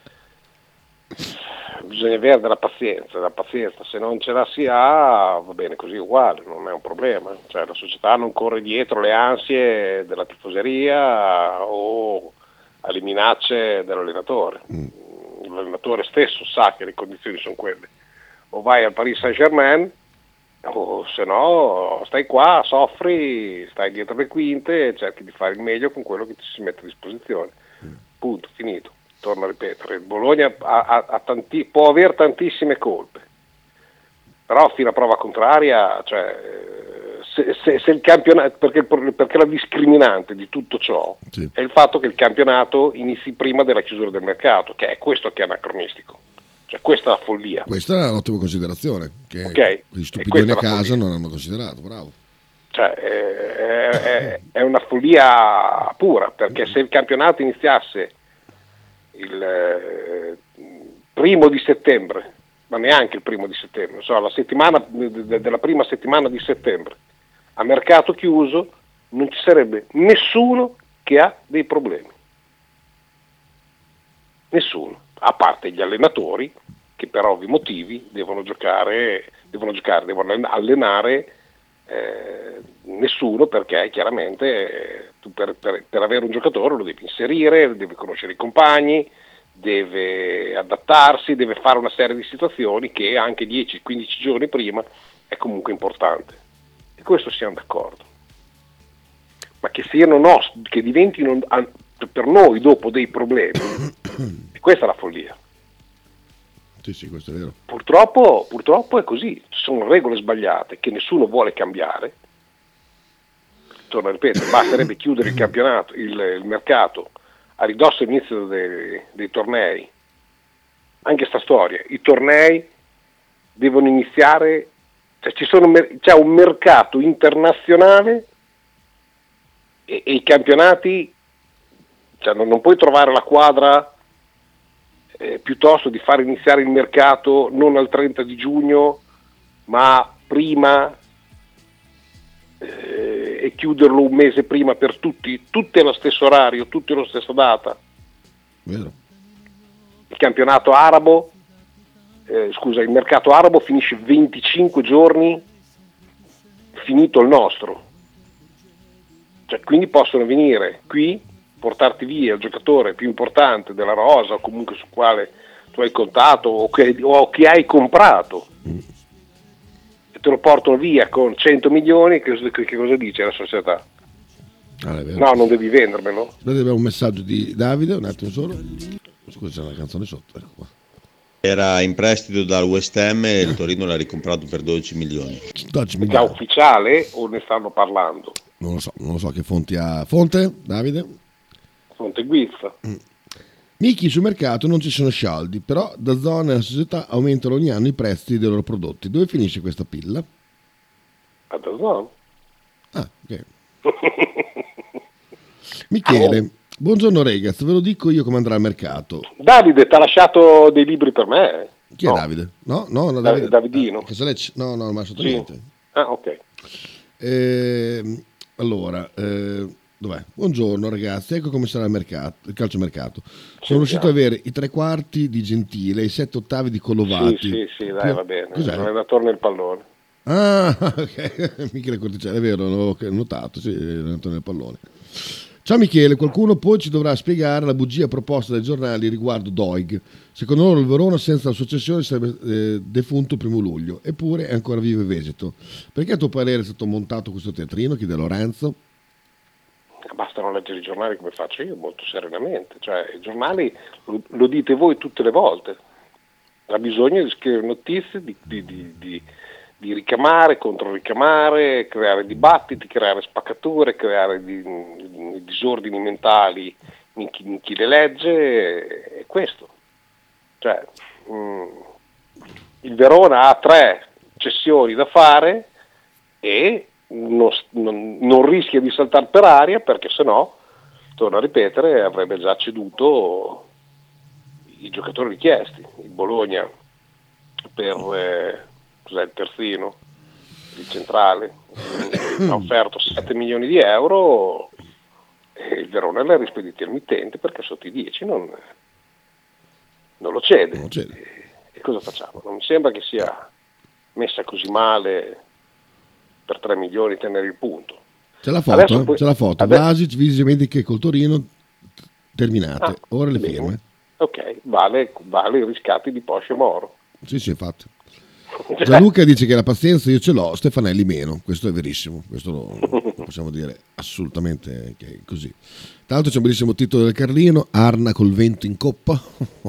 bisogna avere della pazienza, della pazienza, se non ce la si ha va bene così uguale, non è un problema, cioè la società non corre dietro le ansie della tifoseria o alle minacce dell'allenatore, l'allenatore stesso sa che le condizioni sono quelle, o vai al Paris Saint-Germain o se no stai qua, soffri, stai dietro le quinte e cerchi di fare il meglio con quello che ti si mette a disposizione, punto, finito. Torno a ripetere, il Bologna ha, ha, ha tanti, può avere tantissime colpe, però fino a prova contraria, cioè, se, se, se il campionato, perché, perché la discriminante di tutto ciò Sì. è il fatto che il campionato inizi prima della chiusura del mercato, che è questo che è anacronistico, cioè questa è la follia. Questa è un'ottima considerazione, che Ok. gli E stupidoni questa a è la casa follia. non hanno considerato, bravo. Cioè, è, è, è una follia pura, perché se il campionato iniziasse il eh, primo di settembre, ma neanche il primo di settembre, so, la settimana de- de- della prima settimana di settembre, a mercato chiuso non ci sarebbe nessuno che ha dei problemi. Nessuno, a parte gli allenatori che per ovvi motivi devono giocare, devono giocare, devono allenare eh, nessuno, perché chiaramente eh, tu per, per, per avere un giocatore lo devi inserire, deve conoscere i compagni, deve adattarsi, deve fare una serie di situazioni che anche dieci quindici giorni prima è comunque importante. E questo siamo d'accordo. Ma che siano nostri, che diventino per noi dopo dei problemi, e questa è la follia. Sì, sì, questo è vero. Purtroppo, purtroppo è così, ci sono regole sbagliate che nessuno vuole cambiare. Torno a ripetere, basterebbe chiudere il campionato, il, il mercato a ridosso dell'inizio dei, dei tornei. Anche sta storia, i tornei devono iniziare, cioè ci sono, c'è un mercato internazionale e, e i campionati, cioè non, non puoi trovare la quadra eh, piuttosto di far iniziare il mercato non al trenta di giugno ma prima eh, e chiuderlo un mese prima per tutti, tutti allo stesso orario, tutti alla stessa data. Vero. Il campionato arabo, eh, scusa, il mercato arabo finisce venticinque giorni finito il nostro. Cioè, quindi possono venire qui, portarti via il giocatore più importante della rosa, o comunque su quale tu hai contato o che, o che hai comprato, mm. e te lo portano via con cento milioni. Che, che cosa dice la società? Ah, no, non devi vendermelo. Noi abbiamo un messaggio di Davide, un attimo solo. Scusa, c'è una canzone sotto, ecco qua. Era in prestito dal West Ham e il Torino l'ha ricomprato per dodici milioni. dodici milioni. È già ufficiale o ne stanno parlando? Non lo so, non lo so che fonti ha. Fonte, Davide? Fonte Guizza. Mm. Miki, sul mercato non ci sono scialdi, però da zone la società aumentano ogni anno i prezzi dei loro prodotti. Dove finisce questa pilla? A Dazon. Ah, ok. Michele, oh. Buongiorno ragazzi, ve lo dico io come andrà il mercato. Davide, ti ha lasciato dei libri per me? Chi no. è Davide? No, no, no Davide. Davidino. Ah, le... No, no, non mi ha lasciato sì. niente. Ah, ok. Eh, allora, eh, dov'è? Buongiorno ragazzi, ecco come sarà il mercato, il calciomercato. Sono sì, riuscito ad avere i tre quarti di Gentile, i sette ottavi di Collovati. Sì, sì, sì, dai, più... va bene. Cos'è? Non è da torno il pallone. Ah, ok. Michele Corticelli, è vero, l'ho notato, sì, è torno il pallone. Ciao Michele, qualcuno poi ci dovrà spiegare la bugia proposta dai giornali riguardo Doig. Secondo loro il Verona senza la sua cessione sarebbe eh, defunto il primo luglio, eppure è ancora vivo e vegeto. Perché a tuo parere è stato montato questo teatrino? Chiede Lorenzo. Basta non leggere i giornali come faccio io, molto serenamente. Cioè, i giornali lo, lo dite voi tutte le volte. Ha bisogno di scrivere notizie, di, di, di, di, di ricamare, controricamare, creare dibattiti, creare spaccature, creare di, di disordini mentali in chi, in chi le legge. È questo. Cioè, mh, il Verona ha tre cessioni da fare e non, non, non rischia di saltare per aria, perché sennò, torno a ripetere, avrebbe già ceduto i giocatori richiesti. Il Bologna per eh, cos'è il terzino, il centrale, ha offerto sette milioni di euro e il Verona le ha rispediti al mittente perché sotto i dieci non, non lo cede. Non cede. E, e cosa facciamo? Non mi sembra che sia messa così male per tre milioni tenere il punto. C'è la foto, eh? poi, c'è la foto. adesso... Vlasic, visite mediche col Torino terminate, ah, ora le firme. Bene. Ok, vale, vale i riscatti di Porsche Moro. Sì, sì, infatti. Gianluca dice che la pazienza io ce l'ho, Stefanelli meno. Questo è verissimo, questo lo, lo possiamo dire assolutamente che è così. Tra l'altro c'è un bellissimo titolo del Carlino, Arna col vento in coppa.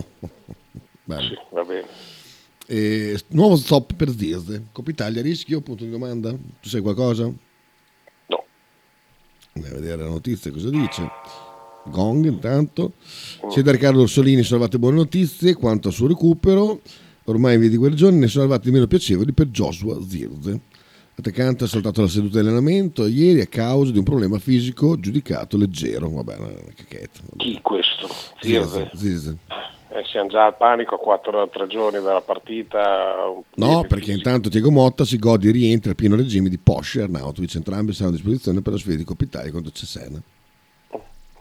Sì, va bene. E, nuovo stop per Zirze, Coppa Italia, rischio, punto di domanda? Tu sai qualcosa? No. Andiamo a vedere la notizia, cosa dice. Gong intanto. Sia da Riccardo Orsolini sono arrivate buone notizie quanto al suo recupero. Ormai in via di guarigione ne sono arrivati meno piacevoli per Joshua Zirze. L'attaccante ha saltato la seduta di allenamento ieri a causa di un problema fisico giudicato leggero. Vabbè, una cacchetta. Chi questo? Zirze. Zirze. Eh, siamo già al panico a quattro o tre giorni dalla partita. No, perché fisico. Intanto Diego Motta si gode e rientra al pieno regime di Porsche e Arnautovic. Entrambi saranno a disposizione per la sfida di Coppa Italia contro Cesena.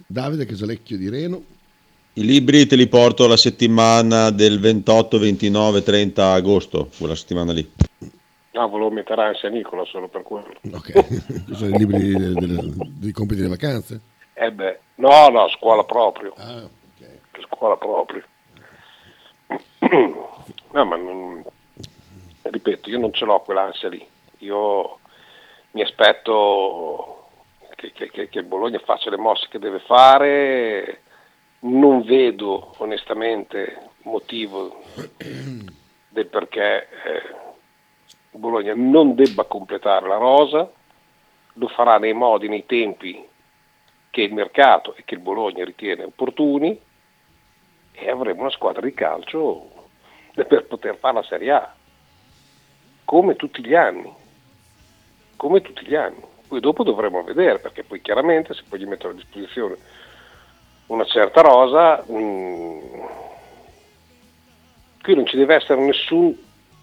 Davide Casalecchio di Reno. I libri te li porto la settimana del ventotto, ventinove, trenta agosto, quella settimana lì. No, volevo mettere ansia a Nicola solo per quello. Ok, sono i libri delle- delle- dei compiti delle vacanze? Eh beh, no, no, scuola proprio. Ah, ok. Scuola proprio. No, ma non, ripeto, io non ce l'ho quell'ansia lì. Io mi aspetto che, che, che, che il Bologna faccia le mosse che deve fare. Non vedo onestamente motivo del perché eh, il Bologna non debba completare la rosa. Lo farà nei modi, nei tempi che il mercato e che il Bologna ritiene opportuni, e avremo una squadra di calcio per poter fare la Serie A come tutti gli anni come tutti gli anni. Poi dopo dovremo vedere, perché poi chiaramente se poi gli mettono a disposizione una certa rosa, mh, qui non ci deve essere nessun,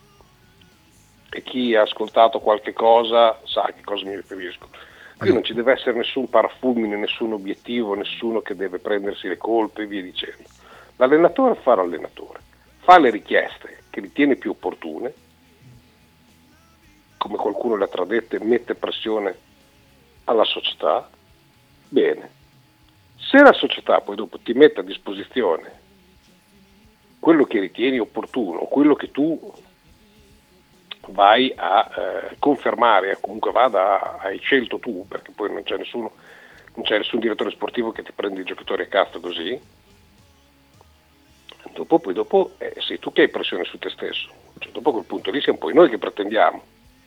e chi ha ascoltato qualche cosa sa a che cosa mi riferisco, qui non ci deve essere nessun parafulmine, nessun obiettivo, nessuno che deve prendersi le colpe e via dicendo. L'allenatore fa l'allenatore, fa le richieste che ritiene più opportune, come qualcuno le ha tradette, mette pressione alla società, bene. Se la società poi dopo ti mette a disposizione quello che ritieni opportuno, quello che tu vai a eh, confermare, comunque vada, hai scelto tu, perché poi non c'è nessuno, non c'è nessun direttore sportivo che ti prende i giocatori a cazzo così, dopo poi dopo eh, sei tu che hai pressione su te stesso, cioè, dopo a quel punto lì siamo poi noi che pretendiamo.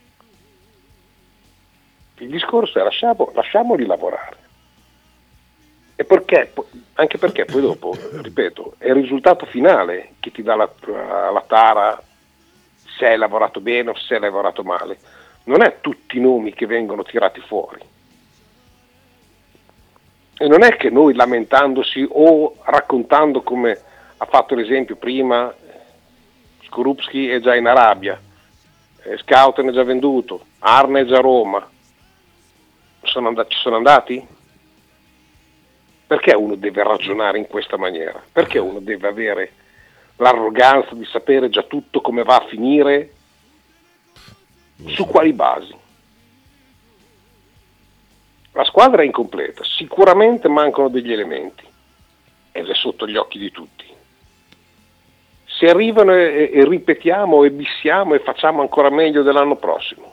Il discorso è lasciamo, lasciamoli lavorare. E perché? Anche perché poi dopo, ripeto, è il risultato finale che ti dà la, la tara se hai lavorato bene o se hai lavorato male. Non è tutti i nomi che vengono tirati fuori. E non è che noi lamentandosi o raccontando, come ha fatto l'esempio prima, Skorupski è già in Arabia, Scouten è già venduto, Arne è già a Roma, sono andati, ci sono andati? Perché uno deve ragionare in questa maniera? Perché uno deve avere l'arroganza di sapere già tutto come va a finire? Su quali basi? La squadra è incompleta, sicuramente mancano degli elementi ed è sotto gli occhi di tutti. Se arrivano e, e ripetiamo e bissiamo e facciamo ancora meglio dell'anno prossimo,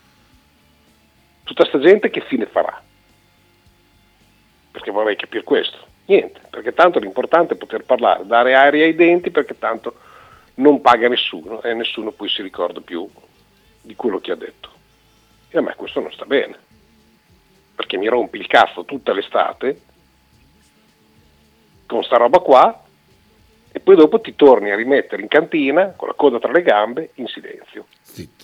tutta sta gente che fine farà? Perché vorrei capire questo. Niente, perché tanto l'importante è poter parlare, dare aria ai denti, perché tanto non paga nessuno e nessuno poi si ricorda più di quello che ha detto. E a me questo non sta bene, perché mi rompi il cazzo tutta l'estate con sta roba qua e poi dopo ti torni a rimettere in cantina con la coda tra le gambe in silenzio. Zitto.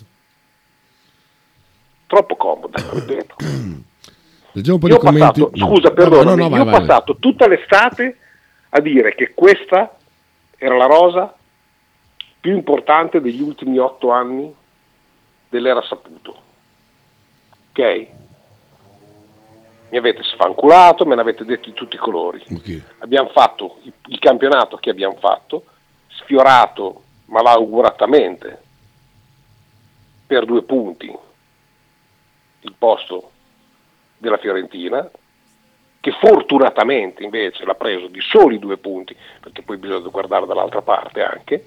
Troppo comodo, ripeto. Leggiamo un po' Io di ho commenti. passato, scusa, No, perdonami, no, no, vai, io ho vai, passato tutta l'estate a dire che questa era la rosa più importante degli ultimi otto anni dell'era Saputo. Ok? Mi avete sfanculato, me l'avete detto di tutti i colori. Okay. Abbiamo fatto il, il campionato che abbiamo fatto, sfiorato malauguratamente per due punti il posto della Fiorentina, che fortunatamente invece l'ha preso di soli due punti, perché poi bisogna guardare dall'altra parte anche.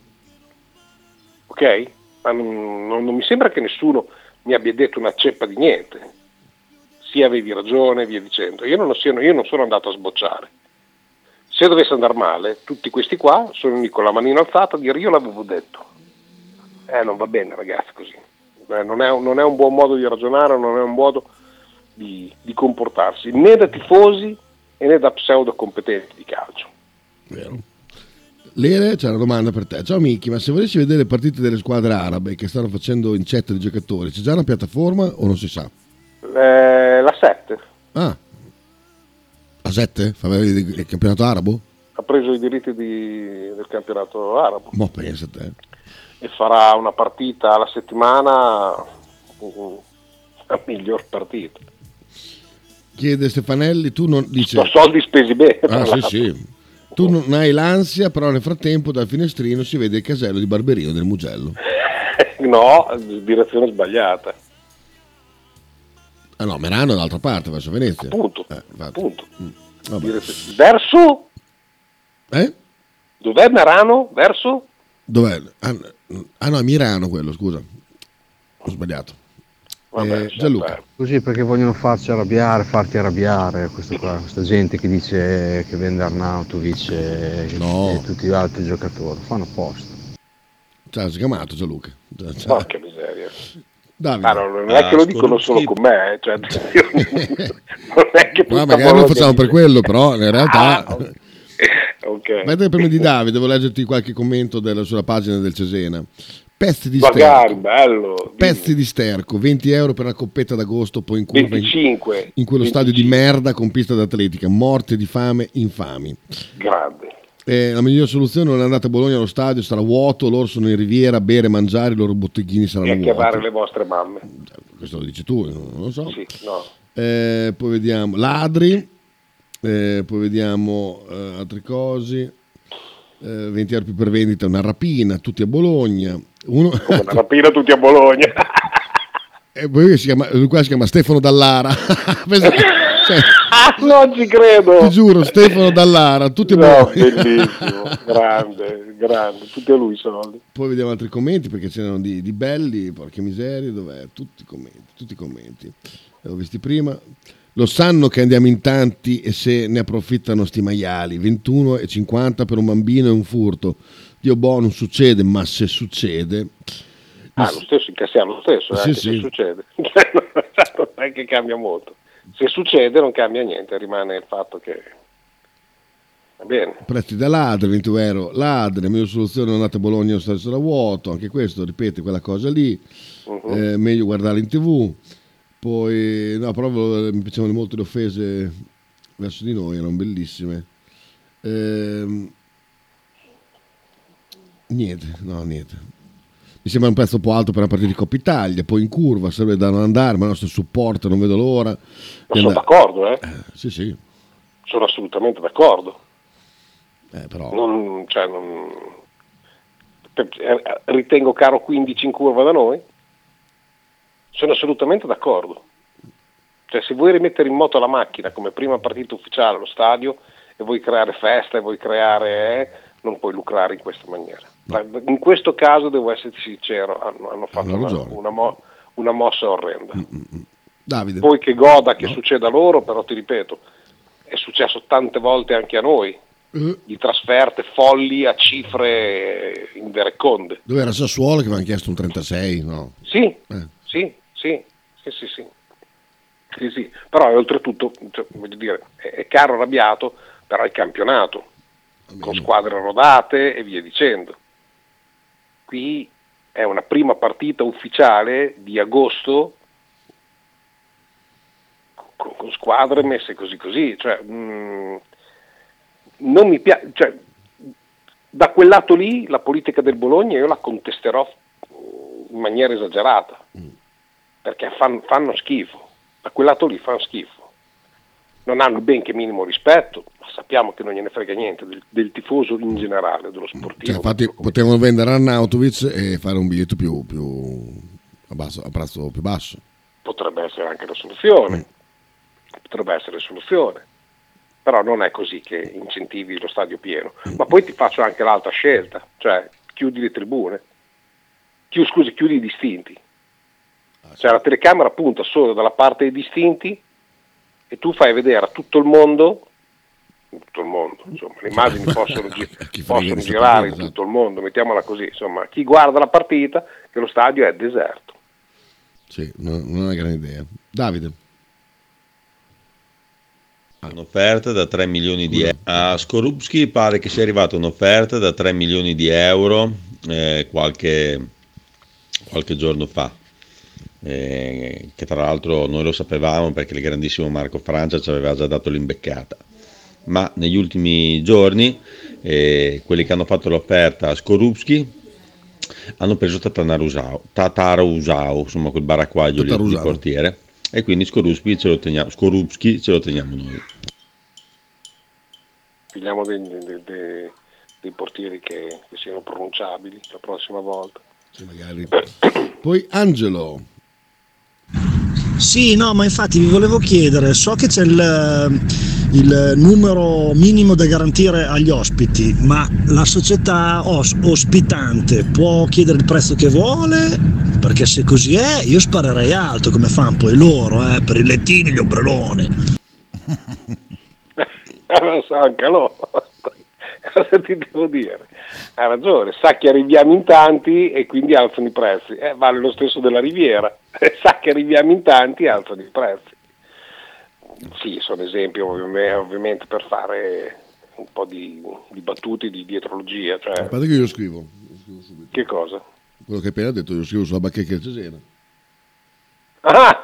Ok? Ma non, non, non mi sembra che nessuno mi abbia detto una ceppa di niente. Sì, avevi ragione, via dicendo. Io non, sono, io non sono andato a sbocciare. Se dovesse andare male, tutti questi qua sono lì con la manina alzata a dire io l'avevo detto. Eh, non va bene ragazzi così. Eh, non, è, non è un buon modo di ragionare, non è un modo di, di comportarsi, né da tifosi e né da pseudo competenti di calcio. Vero. Lere, c'è una domanda per te. Ciao Miki, ma se volessi vedere le partite delle squadre arabe che stanno facendo incetta di giocatori, c'è già una piattaforma o non si sa? Eh, la sette. Ah, la sette? Fa vedere il campionato arabo? Ha preso i diritti di, del campionato arabo. Ma pensa a te. E farà una partita alla settimana, uh, la miglior partita. Chiede Stefanelli, tu non dice... Sono soldi spesi bene. Ah sì sì. Tu non hai l'ansia, però nel frattempo dal finestrino si vede il casello di Barberino del Mugello. No, direzione sbagliata. Ah no, Merano è dall'altra parte, verso Venezia. Appunto, Eh, infatti. appunto. Mm, vabbè. Direz- Verso? Eh? Dov'è Merano? Verso? Dov'è? Ah, ah no, è Mirano quello, scusa. Ho sbagliato. Vabbè, Eh, Gianluca. Così perché vogliono farci arrabbiare, farti arrabbiare, questo qua, questa gente che dice che vende Arnautovic e, No. e tutti gli altri giocatori, fanno apposta. Ciao, si è chiamato Gianluca. Ciao. Porca miseria. Davide. Ah, no, non è che lo dicono solo con me, eh, cioè, io non è che Ma tutta magari lo Bologna facciamo per dice- quello, però in realtà... Ah, ok. Ok. Mentre prima di Davide, devo leggerti qualche commento della, sulla pagina del Cesena. Pezzi di Magari, sterco. bello. Pezzi di sterco, venti euro per la coppetta d'agosto, poi in curva in, venticinque. in quello stadio di merda con pista d'atletica, morte di fame infami. Grande. Eh, la migliore soluzione non è andate a Bologna allo stadio, sarà vuoto, loro sono in Riviera, bere, mangiare, i loro botteghini E saranno a chiamare vuoti. le vostre mamme. Questo lo dici tu, non lo so. Sì, no. Eh, poi vediamo ladri, eh, poi vediamo eh, altre cose. Eh, venti euro più per vendita, una rapina, tutti a Bologna. Uno... Come una rapina tutti a Bologna. E poi si chiama, lui qua si chiama Stefano Dallara. Pensa- cioè, Ah, non ci credo. ti giuro, Stefano Dallara, tutti a No, Bologna. bellissimo, grande, grande, tutti a lui i soldi. Poi vediamo altri commenti perché c'erano di, di belli, porche miserie, dov'è? Tutti i commenti, tutti i commenti. Li ho visti prima. Lo sanno che andiamo in tanti e se ne approfittano sti maiali. ventuno e cinquanta per un bambino è un furto. Dio boh, non succede, ma se succede... Ah, lo stesso, incassiamo lo stesso, eh, Sì, anche sì. se succede. Non è che cambia molto. Se succede non cambia niente, rimane il fatto che... Va bene. Prezzi da ladri, venti euro ladri, la migliore soluzione è andate a Bologna lo stadio sarà vuoto, anche questo ripete quella cosa lì. Mhm. Eh, meglio guardarla in tv. Poi no, però mi piacevano molto le offese verso di noi, erano bellissime. Ehm, niente, no, niente. Mi sembra un prezzo un po' alto per una partita di Coppa Italia, poi in curva serve da non andare, ma il nostro supporto non vedo l'ora. Ma di sono andare- d'accordo, eh? Eh, sì, sì, Sono assolutamente d'accordo. eh, però Non, cioè, non... per- eh, Ritengo caro quindici in curva da noi. Sono assolutamente d'accordo. Cioè, se vuoi rimettere in moto la macchina come prima partita ufficiale allo stadio e vuoi creare festa e vuoi creare... Eh, non puoi lucrare in questa maniera. Ma in questo caso, devo esserti sincero, hanno, hanno fatto Hanno una, ragione. una, mo- una mossa orrenda. Davide. Poi che goda che No. succeda loro, però ti ripeto, è successo tante volte anche a noi, Eh, di trasferte folli a cifre invereconde. dove era Sassuolo che avevano chiesto un trentasei, no? Sì, Eh. sì, sì, sì, sì, sì. Sì, sì. Però è oltretutto, cioè, voglio dire, è, è caro arrabbiato, però è campionato, con squadre rodate e via dicendo. Qui è una prima partita ufficiale di agosto con, con squadre messe così così, cioè, mh, non mi piace, cioè, da quel lato lì la politica del Bologna io la contesterò in maniera esagerata, perché fan- fanno schifo, da quel lato lì fanno schifo. Non hanno ben che minimo rispetto, ma sappiamo che non gliene frega niente del, del tifoso in generale, dello sportivo. Cioè, infatti potevano vendere Arnautovic e fare un biglietto più, più a, basso, a prezzo più basso. Potrebbe essere anche la soluzione, potrebbe essere la soluzione, però non è così che incentivi lo stadio pieno. Ma poi ti faccio anche l'altra scelta, cioè chiudi le tribune, Chiu- scusi, chiudi i distinti, cioè la telecamera punta solo dalla parte dei distinti e tu fai vedere a tutto il mondo, tutto il mondo, insomma, le immagini possono, gi- Chi frega possono di sta girare in partita, tutto il mondo, mettiamola così, insomma, chi guarda la partita che lo stadio è deserto. Sì, no- non è una gran idea. Davide. Un'offerta da tre milioni di euro. A Skorupski pare che sia arrivata un'offerta da tre milioni di euro eh, qualche, qualche giorno fa. Eh, che tra l'altro noi lo sapevamo perché il grandissimo Marco Francia ci aveva già dato l'imbeccata. Ma negli ultimi giorni eh, quelli che hanno fatto l'offerta a Skorupski hanno preso Tatarusao, Tatarusao, insomma quel baracquaglio lì di Tatarusano. portiere. e quindi Skorupski ce lo teniamo, Skorupski ce lo teniamo noi. Pigliamo dei, dei, dei, dei portieri che, che siano pronunciabili la prossima volta. Sì, magari. Poi Angelo. Sì, no, ma infatti vi volevo chiedere, so che c'è il, il numero minimo da garantire agli ospiti, ma la società os- ospitante può chiedere il prezzo che vuole? Perché se così è, io sparerei alto come fanno poi loro, eh, per i lettini e gli ombrelloni. Eh, lo so, anche loro. Cosa ti devo dire? Ha ragione, sa che arriviamo in tanti e quindi alzano i prezzi. Eh, vale lo stesso della Riviera, sa che arriviamo in tanti e alzano i prezzi. Sì, sono esempi ovviamente, ovviamente per fare un po' di, di battute, di dietrologia. Cioè... Aspetta che io lo scrivo. Lo scrivo subito. Che cosa? Quello che hai appena detto, io lo scrivo sulla bacheca cesena. Ah!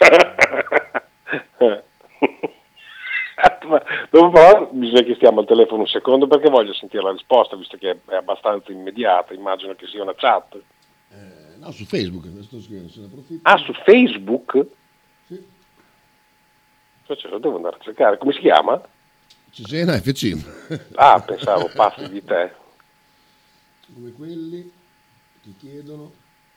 Dopo bisogna che stiamo al telefono un secondo perché voglio sentire la risposta, visto che è abbastanza immediata, immagino che sia una chat. Eh, no, su Facebook, sto scrivendo, se ne approfitta. Ah, su Facebook? Sì. Cioè, lo devo andare a cercare, come si chiama? Cesena F C. Ah, pensavo passi di te. Come quelli che chiedono.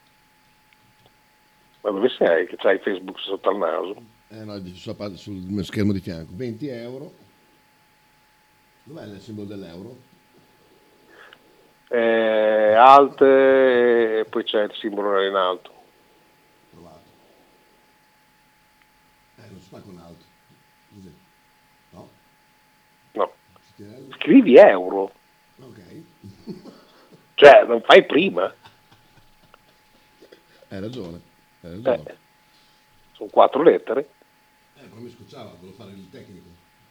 Ma dove sei? Che c'hai Facebook sotto al naso? Eh no, sul, sul mio schermo di fianco. venti euro. Dov'è il simbolo dell'euro? Eh, alt e poi c'è il simbolo in alto. Provato. Eh, non si fa con alto. Così. No? No. Scrivi euro. Ok. Cioè, non fai prima. Hai ragione. Hai ragione. Eh, sono quattro lettere. Eh, però mi scocciava, volevo fare il tecnico.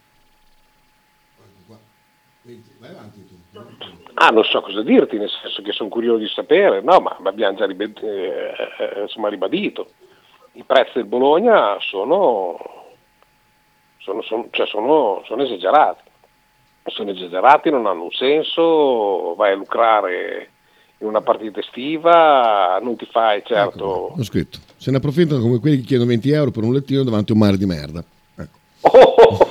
Ecco qua. venti. Vai avanti tu. Ah, non so cosa dirti, nel senso che sono curioso di sapere. No, ma abbiamo già ribad- eh, insomma, ribadito. I prezzi del Bologna sono, sono, sono, cioè sono, sono esagerati. Sono esagerati, non hanno un senso, vai a lucrare in una partita estiva, non ti fai certo... Ecco, ho scritto. Se ne approfittano come quelli che chiedono venti euro per un lettino davanti a un mare di merda. Ecco. Oh,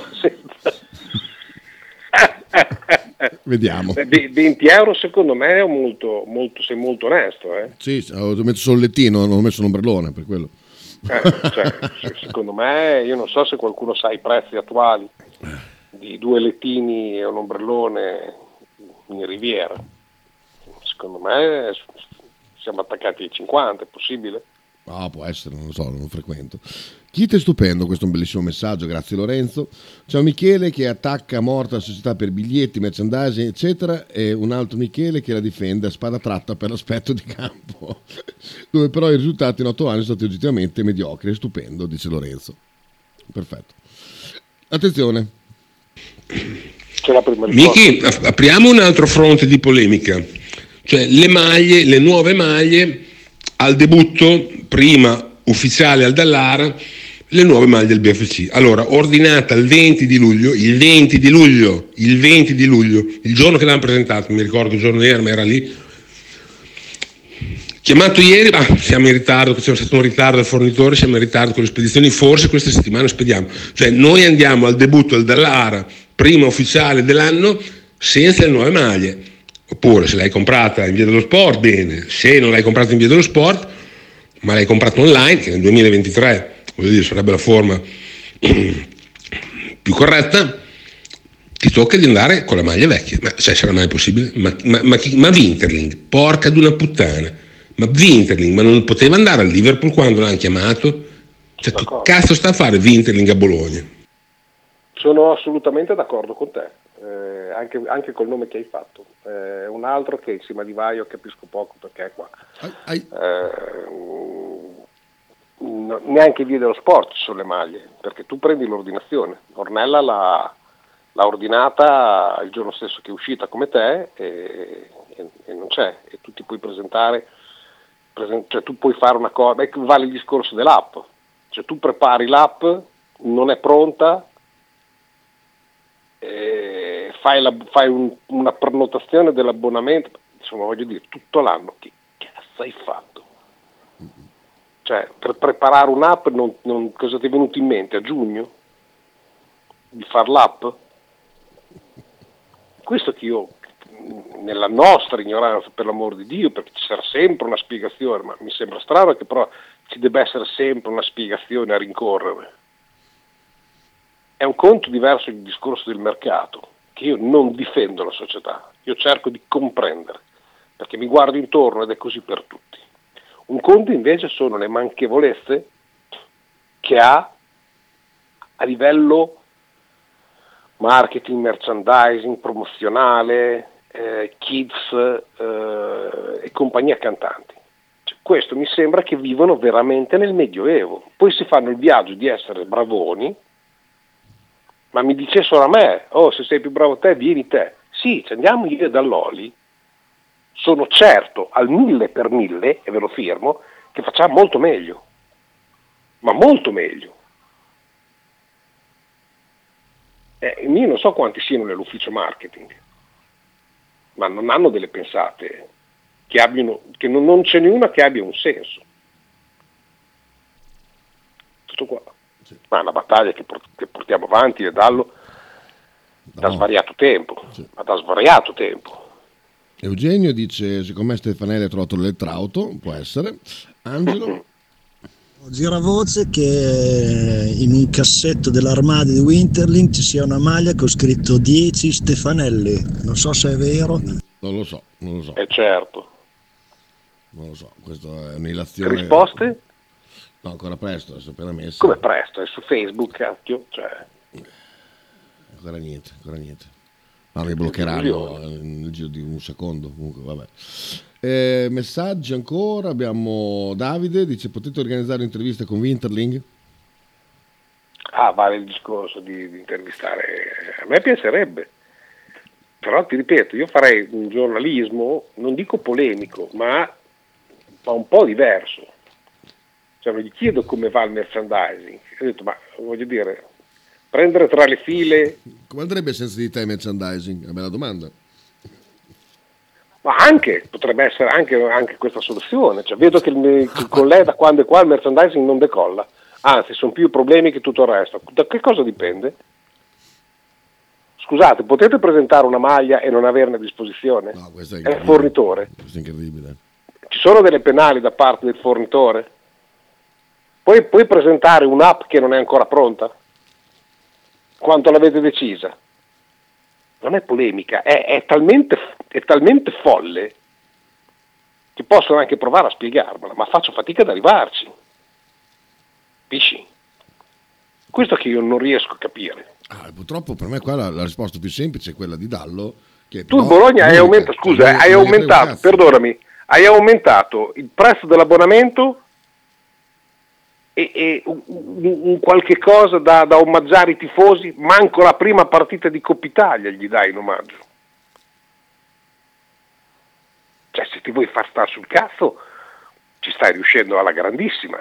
Vediamo. venti euro secondo me è molto, molto, sei molto onesto. Eh? Sì, ho messo solo il lettino, non ho messo l'ombrellone per quello. Eh, cioè, secondo me, io non so se qualcuno sa i prezzi attuali di due lettini e un ombrellone in Riviera. Secondo me siamo attaccati ai cinquanta, è possibile? Ah, può essere, non lo so, non lo frequento. Kit è stupendo, questo è un bellissimo messaggio, grazie Lorenzo. Ciao Michele che attacca morta la società per biglietti, merchandising eccetera, e un altro Michele che la difende a spada tratta per l'aspetto di campo, dove però i risultati in otto anni sono stati oggettivamente mediocri. È stupendo, dice Lorenzo. Perfetto. Attenzione. C'è la prima Miki, apriamo un altro fronte di polemica, cioè le maglie, le nuove maglie al debutto, prima ufficiale al Dallara, le nuove maglie del B F C. Allora, ordinata il venti di luglio, il venti di luglio, il venti di luglio, il giorno che l'hanno presentato, mi ricordo il giorno era, ma era lì. Chiamato ieri, ah, siamo in ritardo, c'è stato un ritardo del fornitore, siamo in ritardo con le spedizioni, forse questa settimana spediamo. Cioè noi andiamo al debutto al Dallara, prima ufficiale dell'anno, senza le nuove maglie. Oppure se l'hai comprata in via dello sport, bene, se non l'hai comprata in via dello sport, ma l'hai comprata online, che nel duemilaventitré, voglio dire, sarebbe la forma più corretta, ti tocca di andare con la maglia vecchia. Ma cioè, sarà mai possibile? Ma, ma, ma, ma Winterling, porca di una puttana, ma Winterling, ma non poteva andare al Liverpool quando l'hanno chiamato? Cioè, che cazzo sta a fare Winterling a Bologna? Sono assolutamente d'accordo con te, eh, anche, anche col nome che hai fatto. Eh, un altro che insieme a Di Vaio capisco poco perché è qua. Eh, n- neanche via dello sport ci sono le maglie, perché tu prendi l'ordinazione. Ornella l'ha, l'ha ordinata il giorno stesso che è uscita come te e, e, e non c'è. E tu ti puoi presentare, presen- cioè tu puoi fare una cosa, beh, vale il discorso dell'app. Cioè tu prepari l'app, non è pronta, Eh, fai, la, fai un, una prenotazione dell'abbonamento, insomma voglio dire tutto l'anno, che cazzo hai fatto? Cioè, per preparare un'app, non, non, cosa ti è venuto in mente a giugno? Di far l'app? Questo che io, nella nostra ignoranza, per l'amor di Dio, perché ci sarà sempre una spiegazione, ma mi sembra strano che però ci debba essere sempre una spiegazione a rincorrere. È un conto diverso il discorso del mercato, che io non difendo la società, io cerco di comprendere, perché mi guardo intorno ed è così per tutti. Un conto invece sono le manchevolezze che ha a livello marketing, merchandising, promozionale, eh, kids eh, e compagnia cantanti. Cioè, questo mi sembra che vivono veramente nel Medioevo. Poi si fanno il viaggio di essere bravoni, ma mi dicessero a me, oh, se sei più bravo te, vieni te. Sì, ci andiamo io e Dall'Oli. Sono certo al mille per mille, e ve lo firmo, che facciamo molto meglio, ma molto meglio. Eh, io non so quanti siano nell'ufficio marketing, ma non hanno delle pensate che abbiano, che non, non ce n'è una che abbia un senso. Tutto qua. Sì. Ma è una battaglia che, port- che portiamo avanti e dallo da no. svariato tempo, sì. ma da svariato tempo. Eugenio dice, secondo me Stefanelli ha trovato l'elettrauto, può essere. Angelo? Gira voce che in un cassetto dell'armadio di Winterling ci sia una maglia con scritto dieci Stefanelli, non so se è vero. Non lo so, non lo so. È certo. Non lo so, questa è un'ilazione. Risposte? No, ancora presto, adesso appena messa. Come presto? È su Facebook, cacchio, cioè. Ancora niente, ancora niente. No, mi bloccheranno nel giro di un secondo, comunque vabbè. Eh, messaggi ancora, abbiamo Davide, dice potete organizzare un'intervista con Winterling? Ah, vale il discorso di, di intervistare, a me piacerebbe, però ti ripeto, io farei un giornalismo, non dico polemico, ma, ma un po' diverso, cioè non gli chiedo come va il merchandising, ho detto ma voglio dire, prendere tra le file... Come andrebbe senza di te il merchandising? È una bella domanda. Ma anche, potrebbe essere anche, anche questa soluzione, cioè, vedo che il, con lei da quando è qua il merchandising non decolla, anzi sono più problemi che tutto il resto. Da che cosa dipende? Scusate, potete presentare una maglia e non averne a disposizione? No, questo è, è il fornitore. Questo è incredibile. Ci sono delle penali da parte del fornitore? Poi puoi presentare un'app che non è ancora pronta? Quanto l'avete decisa? Non è polemica, è, è, talmente, è talmente folle che possono anche provare a spiegarmela, ma faccio fatica ad arrivarci. Capisci? Questo che io non riesco a capire. Ah, purtroppo per me qua la, la risposta più semplice è quella di Dallo. Che tu il Bologna hai aumentato, scusa, hai aumentato, perdonami, hai aumentato il prezzo dell'abbonamento e, e un, un qualche cosa da, da omaggiare i tifosi, manco la prima partita di Coppa Italia gli dai in omaggio. Cioè, se ti vuoi far stare sul cazzo ci stai riuscendo alla grandissima.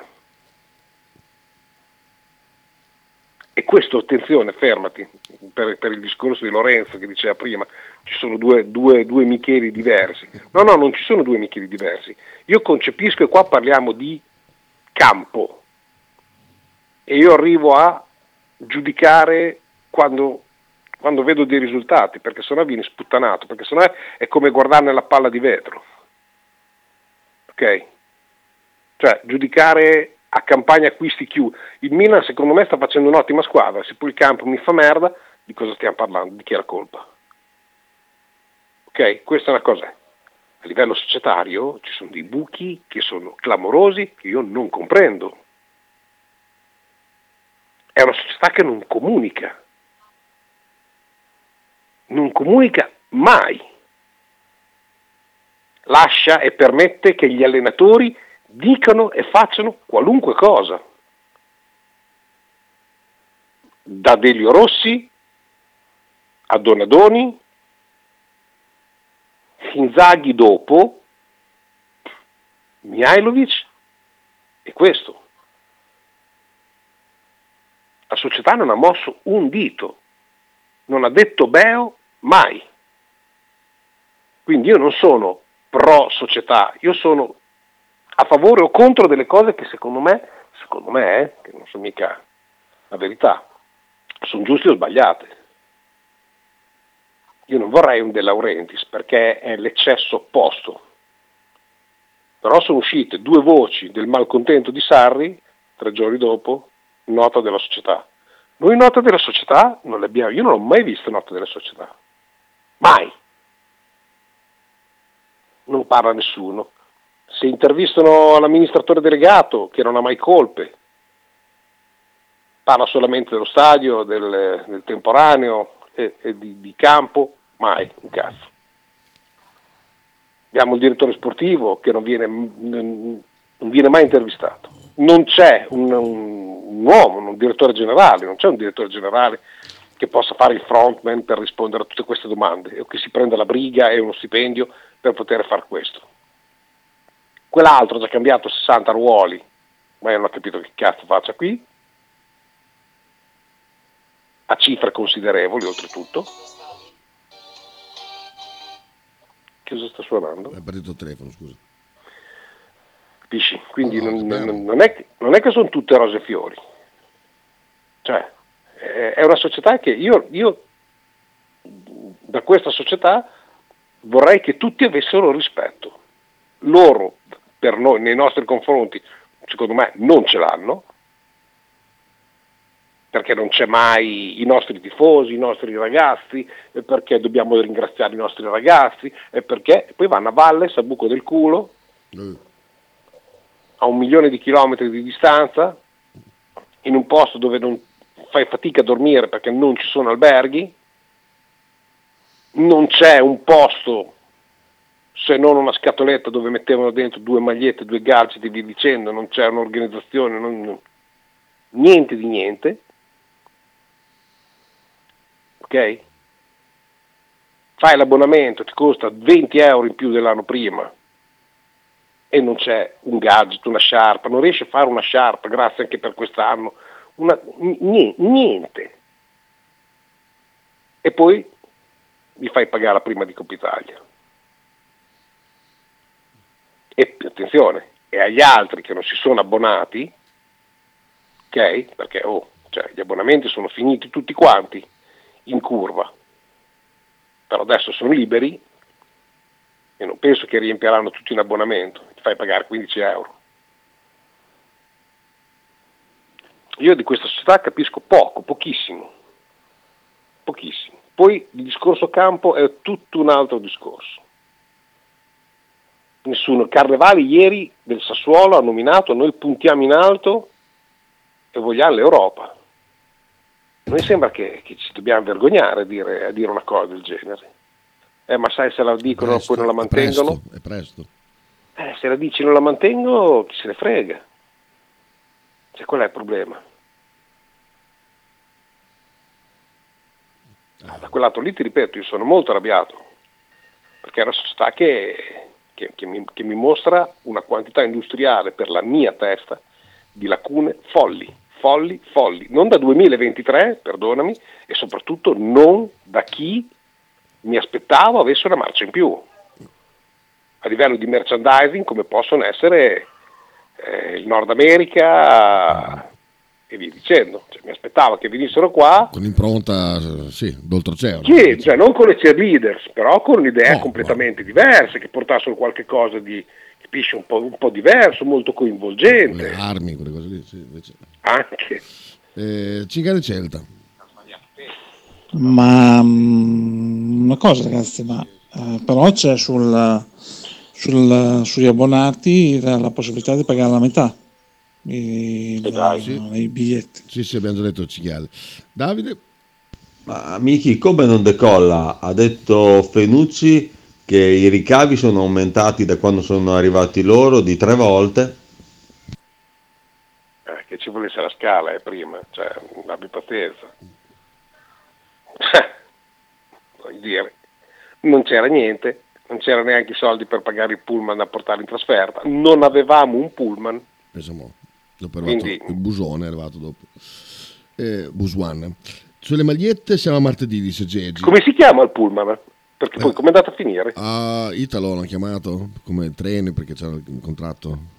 E questo, attenzione, fermati, per, per il discorso di Lorenzo che diceva prima, ci sono due, due, due Micheli diversi. No, no, non ci sono due Micheli diversi. Io concepisco, e qua parliamo di campo, e io arrivo a giudicare quando, quando vedo dei risultati, perché sennò vieni sputtanato, perché sennò è, è come guardare nella palla di vetro. Ok? Cioè, giudicare a campagna acquisti chiusi. Il Milan secondo me sta facendo un'ottima squadra, se poi il campo mi fa merda, di cosa stiamo parlando? Di chi è la colpa? Ok? Questa è una cosa. A livello societario ci sono dei buchi che sono clamorosi, che io non comprendo. È una società che non comunica. Non comunica mai. Lascia e permette che gli allenatori dicano e facciano qualunque cosa. Da Delio Rossi a Donadoni, Inzaghi dopo, Mihajlovic e questo. La società non ha mosso un dito, non ha detto beo mai. Quindi io non sono pro società, io sono a favore o contro delle cose che secondo me, secondo me, eh, che non so mica la verità, sono giuste o sbagliate. Io non vorrei un De Laurentiis perché è l'eccesso opposto. Però sono uscite due voci del malcontento di Sarri, tre giorni dopo, nota della società. Noi nota della società non le abbiamo, io non ho mai visto nota della società. Mai. Non parla nessuno. Se intervistano l'amministratore delegato, che non ha mai colpe, parla solamente dello stadio, del, del temporaneo e, e di, di campo, mai un cazzo. Abbiamo il direttore sportivo che non viene, non viene mai intervistato. Non c'è un, un, un uomo, un direttore generale, non c'è un direttore generale che possa fare il frontman per rispondere a tutte queste domande o che si prenda la briga e uno stipendio per poter fare questo. Quell'altro ha già cambiato sessanta ruoli, ma io non ho capito che cazzo faccia qui, a cifre considerevoli oltretutto. Che cosa sta suonando? È partito il telefono, scusa. Capisci? Quindi non, non, non, è che, non è che sono tutte rose e fiori. Cioè, è una società che io, io da questa società vorrei che tutti avessero rispetto. Loro, per noi, nei nostri confronti, secondo me non ce l'hanno, perché non c'è mai i nostri tifosi, i nostri ragazzi, e perché dobbiamo ringraziare i nostri ragazzi, e perché poi vanno a valle, a buco del culo, a un milione di chilometri di distanza, in un posto dove non fai fatica a dormire perché non ci sono alberghi, non c'è un posto se non una scatoletta dove mettevano dentro due magliette, due gadget e via dicendo, non c'è un'organizzazione, non, niente di niente. Ok? Fai l'abbonamento, ti costa venti euro in più dell'anno prima e non c'è un gadget, una sciarpa, non riesci a fare una sciarpa, grazie anche per quest'anno, una, niente. E poi li fai pagare la prima di Coppa Italia. E attenzione, e agli altri che non si sono abbonati, ok? Perché oh, cioè, gli abbonamenti sono finiti tutti quanti in curva, però adesso sono liberi e non penso che riempiranno tutti un abbonamento, ti fai pagare quindici euro. Io di questa società capisco poco, pochissimo, pochissimo. Poi il discorso campo è tutto un altro discorso. Nessuno, Carnevali ieri del Sassuolo ha nominato, noi puntiamo in alto e vogliamo l'Europa. Noi sembra che, che ci dobbiamo vergognare a dire, a dire una cosa del genere. Eh, ma sai, se la dicono presto, poi non la mantengono? È presto. È presto. Eh, se la dici non la mantengo, chi se ne frega. Cioè, qual è il problema? Ah, da quell'altro lì ti ripeto, io sono molto arrabbiato, perché è una società che, che, che, mi, che mi mostra una quantità industriale per la mia testa di lacune folli. Folli, folli, non da duemilaventitré, perdonami, e soprattutto non da chi mi aspettavo avesse una marcia in più a livello di merchandising, come possono essere eh, il Nord America e via dicendo. Cioè, mi aspettavo che venissero qua con impronta, sì, d'oltreoceano. Sì, cioè non con le cheerleaders, però con idee no, completamente no. diverse, che portassero qualche cosa di, capisci, un po', un po' diverso, molto coinvolgente. Le armi, quelle cose lì, sì, invece. Anche. Eh, Cinghiale Celta. Ma um, una cosa ragazzi, ma uh, però c'è sul, sul, sugli abbonati la, la possibilità di pagare la metà i, la, sì. i biglietti. Sì, sì, abbiamo già detto il Cinghiale. Davide? Ma Michi, come non decolla? Ha detto Fenucci che i ricavi sono aumentati da quando sono arrivati loro di tre volte. Eh, che ci volesse la scala eh, prima, cioè abbi pazienza. Voglio dire, non c'era niente, non c'era neanche i soldi per pagare il pullman da portare in trasferta, non avevamo un pullman. Pensiamo, dopo è arrivato Quindi, il busone, è arrivato dopo. Eh, Buswan. Sulle magliette siamo a martedì, dice Gegi. Come si chiama il pullman? Perché poi eh, come è andato a finire? A Italo l'hanno chiamato come treni perché c'era il contratto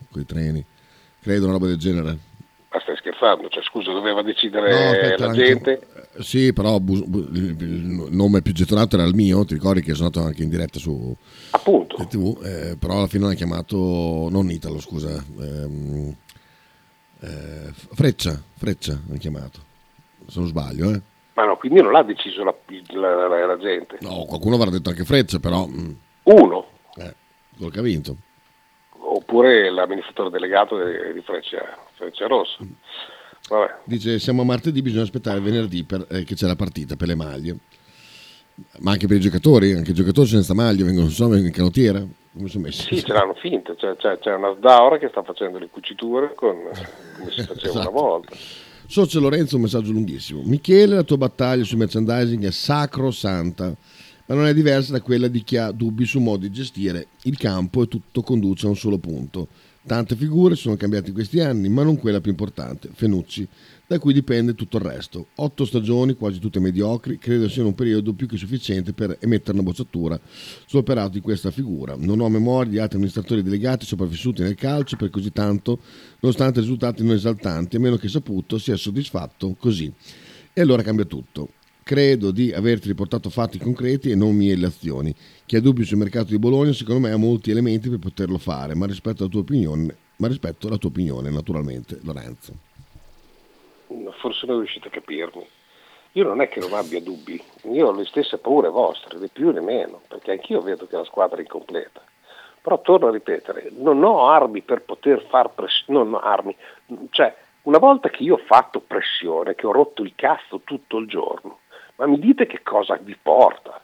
con i treni, credo una roba del genere. Ma stai scherzando? Cioè, scusa, doveva decidere No, aspetta, la anche- gente? Sì, però bu- bu- il nome più gettonato era il mio, ti ricordi che sono andato anche in diretta su Appunto. tivù, eh, però alla fine l'hanno chiamato, non Italo, scusa, ehm, eh, Freccia, Freccia l'hanno chiamato, se non sbaglio, eh. Ma no, quindi non l'ha deciso la, la- la- la gente. No, qualcuno avrà detto anche Freccia, però mm, Uno, eh, quello che ha vinto. oppure l'amministratore delegato di di Freccia, Freccia Rossa. Vabbè. Dice siamo a martedì, bisogna aspettare venerdì per, eh, che c'è la partita per le maglie, ma anche per i giocatori, anche i giocatori senza maglie vengono, so, vengono in canottiera, come sono messi? Sì, ce l'hanno finta, c'è, c'è, c'è una Sdaura che sta facendo le cuciture con, come si faceva Esatto. una volta. Socio Lorenzo, un messaggio lunghissimo. Michele, la tua battaglia sul merchandising è sacrosanta, ma non è diversa da quella di chi ha dubbi su modi di gestire il campo e tutto conduce a un solo punto. Tante figure sono cambiate in questi anni, ma non quella più importante, Fenucci, da cui dipende tutto il resto. Otto stagioni, quasi tutte mediocri, credo siano un periodo più che sufficiente per emettere una bocciatura sull'operato di questa figura. Non ho memoria di altri amministratori delegati sopravvissuti nel calcio per così tanto, nonostante risultati non esaltanti, a meno che saputo sia soddisfatto così. E allora cambia tutto. Credo di averti riportato fatti concreti e non mie illazioni. Chi ha dubbi sul mercato di Bologna, secondo me ha molti elementi per poterlo fare, ma rispetto alla tua opinione, ma rispetto alla tua opinione, naturalmente, Lorenzo. Forse non riuscite a capirmi. Io non è che non abbia dubbi, io ho le stesse paure vostre, né più né meno, perché anch'io vedo che la squadra è incompleta. Però torno a ripetere, non ho armi per poter far pressione, non ho armi, cioè una volta che io ho fatto pressione, che ho rotto il cazzo tutto il giorno, ma mi dite che cosa vi porta?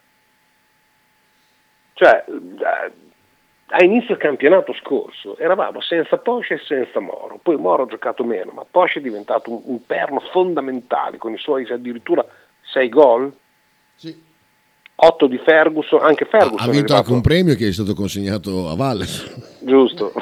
Cioè, a inizio campionato scorso eravamo senza Posce e senza Moro, poi Moro ha giocato meno, ma Posce è diventato un, un perno fondamentale con i suoi addirittura sei gol, sì. otto di Ferguson, anche Ferguson Ha è vinto arrivato- anche un premio che è stato consegnato a Valles. giusto.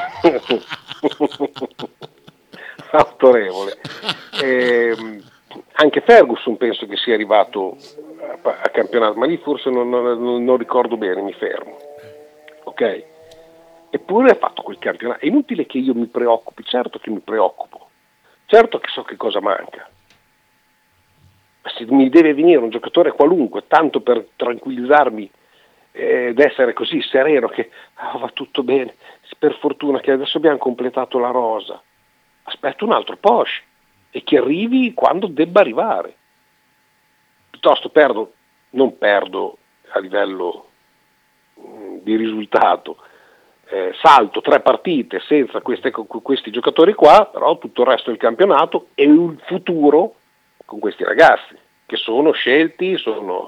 Autorevole. Ehm, anche Ferguson penso che sia arrivato a, a campionato, ma lì forse non, non- non ricordo bene, mi fermo. Ok? Eppure ha fatto quel campionato. È inutile che io mi preoccupi, certo che mi preoccupo, certo che so che cosa manca. Ma se mi deve venire un giocatore qualunque, tanto per tranquillizzarmi eh, ed essere così sereno che ah, va tutto bene, per fortuna che adesso abbiamo completato la rosa, aspetto un altro Porsche e che arrivi quando debba arrivare. Piuttosto perdo, non perdo a livello mh, di risultato, eh, salto tre partite senza queste, questi giocatori qua, però tutto il resto del campionato e un futuro con questi ragazzi che sono scelti, sono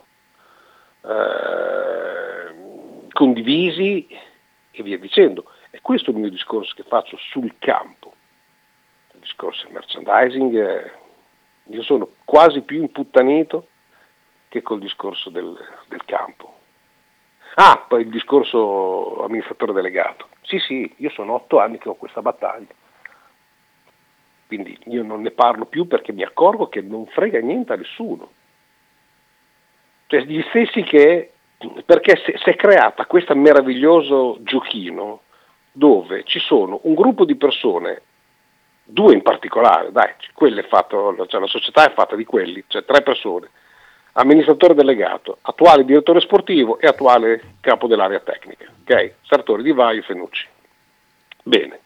eh, condivisi e via dicendo. E questo è il mio discorso che faccio sul campo. Il discorso del merchandising, eh, io sono quasi più imputtanito che col discorso del, del campo. Ah, poi il discorso amministratore delegato. Sì, sì, io sono otto anni che ho questa battaglia. Quindi io non ne parlo più perché mi accorgo che non frega niente a nessuno. Cioè gli stessi che, perché si è creata questo meraviglioso giochino dove ci sono un gruppo di persone, due in particolare, dai, quello è fatto, cioè la società è fatta di quelli, cioè tre persone, amministratore delegato, attuale direttore sportivo e attuale capo dell'area tecnica, ok? Sartori, Di Vaio, Fenucci. Bene.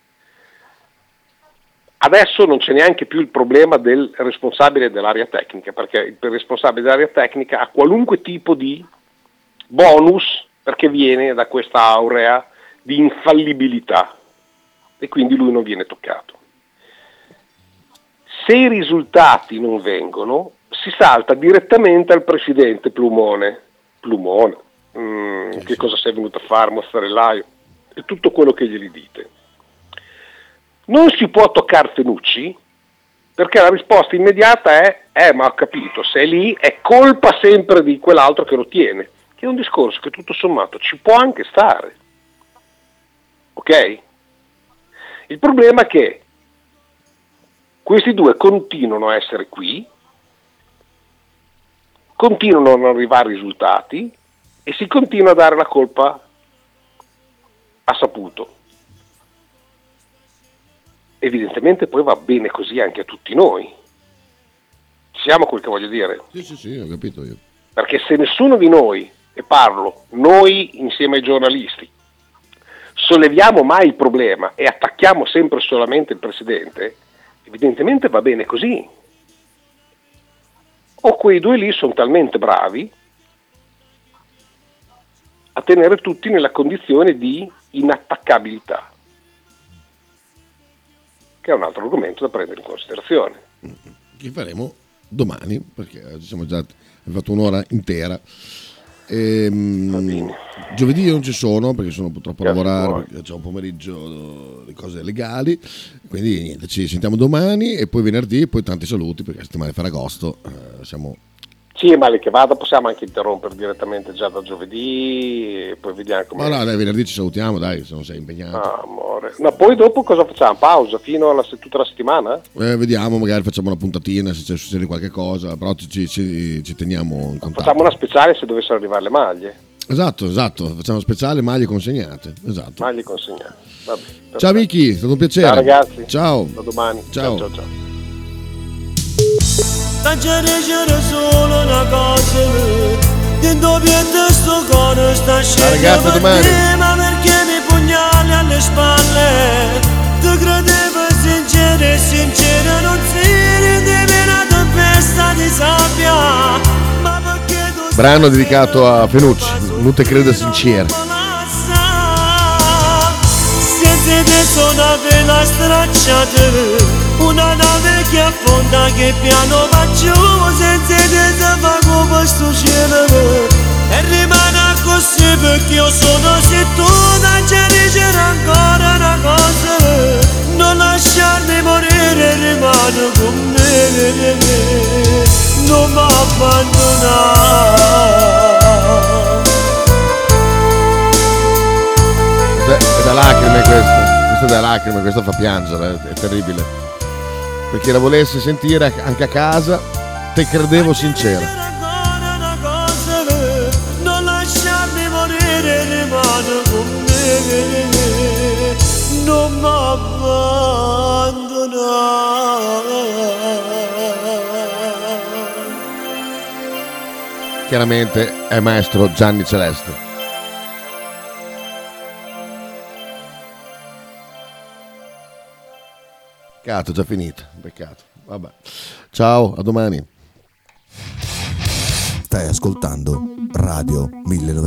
Adesso non c'è neanche più il problema del responsabile dell'area tecnica, perché il responsabile dell'area tecnica ha qualunque tipo di bonus perché viene da questa aurea di infallibilità e quindi lui non viene toccato. Se i risultati non vengono, si salta direttamente al presidente Plumone. Plumone, mm, che cosa sei venuto a fare, mozzarellaio? E tutto quello che glieli dite. Non si può toccare Fenucci perché la risposta immediata è eh ma ho capito, se è lì è colpa sempre di quell'altro che lo tiene, che è un discorso che tutto sommato ci può anche stare, ok? Il problema è che questi due continuano a essere qui, continuano a non arrivare risultati e si continua a dare la colpa a saputo. evidentemente poi va bene così anche a tutti noi. Ci siamo quel che voglio dire? Sì, sì, sì, ho capito io. Perché se nessuno di noi, e parlo, noi insieme ai giornalisti, solleviamo mai il problema e attacchiamo sempre solamente il Presidente, evidentemente va bene così. O quei due lì sono talmente bravi a tenere tutti nella condizione di inattaccabilità, che è un altro argomento da prendere in considerazione. Che faremo domani, perché oggi siamo già abbiamo fatto un'ora intera. Ehm, giovedì io non ci sono perché sono purtroppo a lavorare, perché c'è un pomeriggio di cose legali, quindi niente, ci sentiamo domani e poi venerdì, poi tanti saluti perché la settimana di Ferragosto eh, siamo... Sì, male che vada, possiamo anche interrompere direttamente già da giovedì e poi vediamo come... Ma no, dai, venerdì ci salutiamo, dai, se non sei impegnato. Ah, amore. Ma poi dopo cosa facciamo? Pausa fino alla tutta la settimana? Eh, vediamo, magari facciamo una puntatina se c'è succede qualche cosa, però ci, ci, ci teniamo in contatto. Facciamo una speciale se dovessero arrivare le maglie. Esatto, esatto, facciamo speciale maglie consegnate, esatto. Maglie consegnate. Vabbè, ciao Miki, è stato un piacere. Ciao ragazzi. Ciao. Da domani. Ciao. Ciao, ciao, ciao. Solo una cosa dentro sto cuore sta scendendo ma perché mi pugnali alle spalle tu credevo sincero e sincero non si rendevi una tempesta di sabbia ma perché tu brano dedicato a Fenucci, non te credo sincero. senza te sono appena stracciato una nave che affonda che piano va giù senza te si fa come sto cielo e rimane così perché io sono se tu non ci dicere ancora una cosa non lasciarmi morire rimane con me non mi abbandonare. È da lacrime questo, questo è da lacrime, questo fa piangere, è terribile. Perché la volessi sentire anche a casa, te credevo sincero. Non lasciarmi morire, rimane con me, non mi abbandonare. Chiaramente è maestro Gianni Celeste. Peccato, già finita, peccato. Vabbè. Ciao, a domani. Stai ascoltando Radio millenovecento.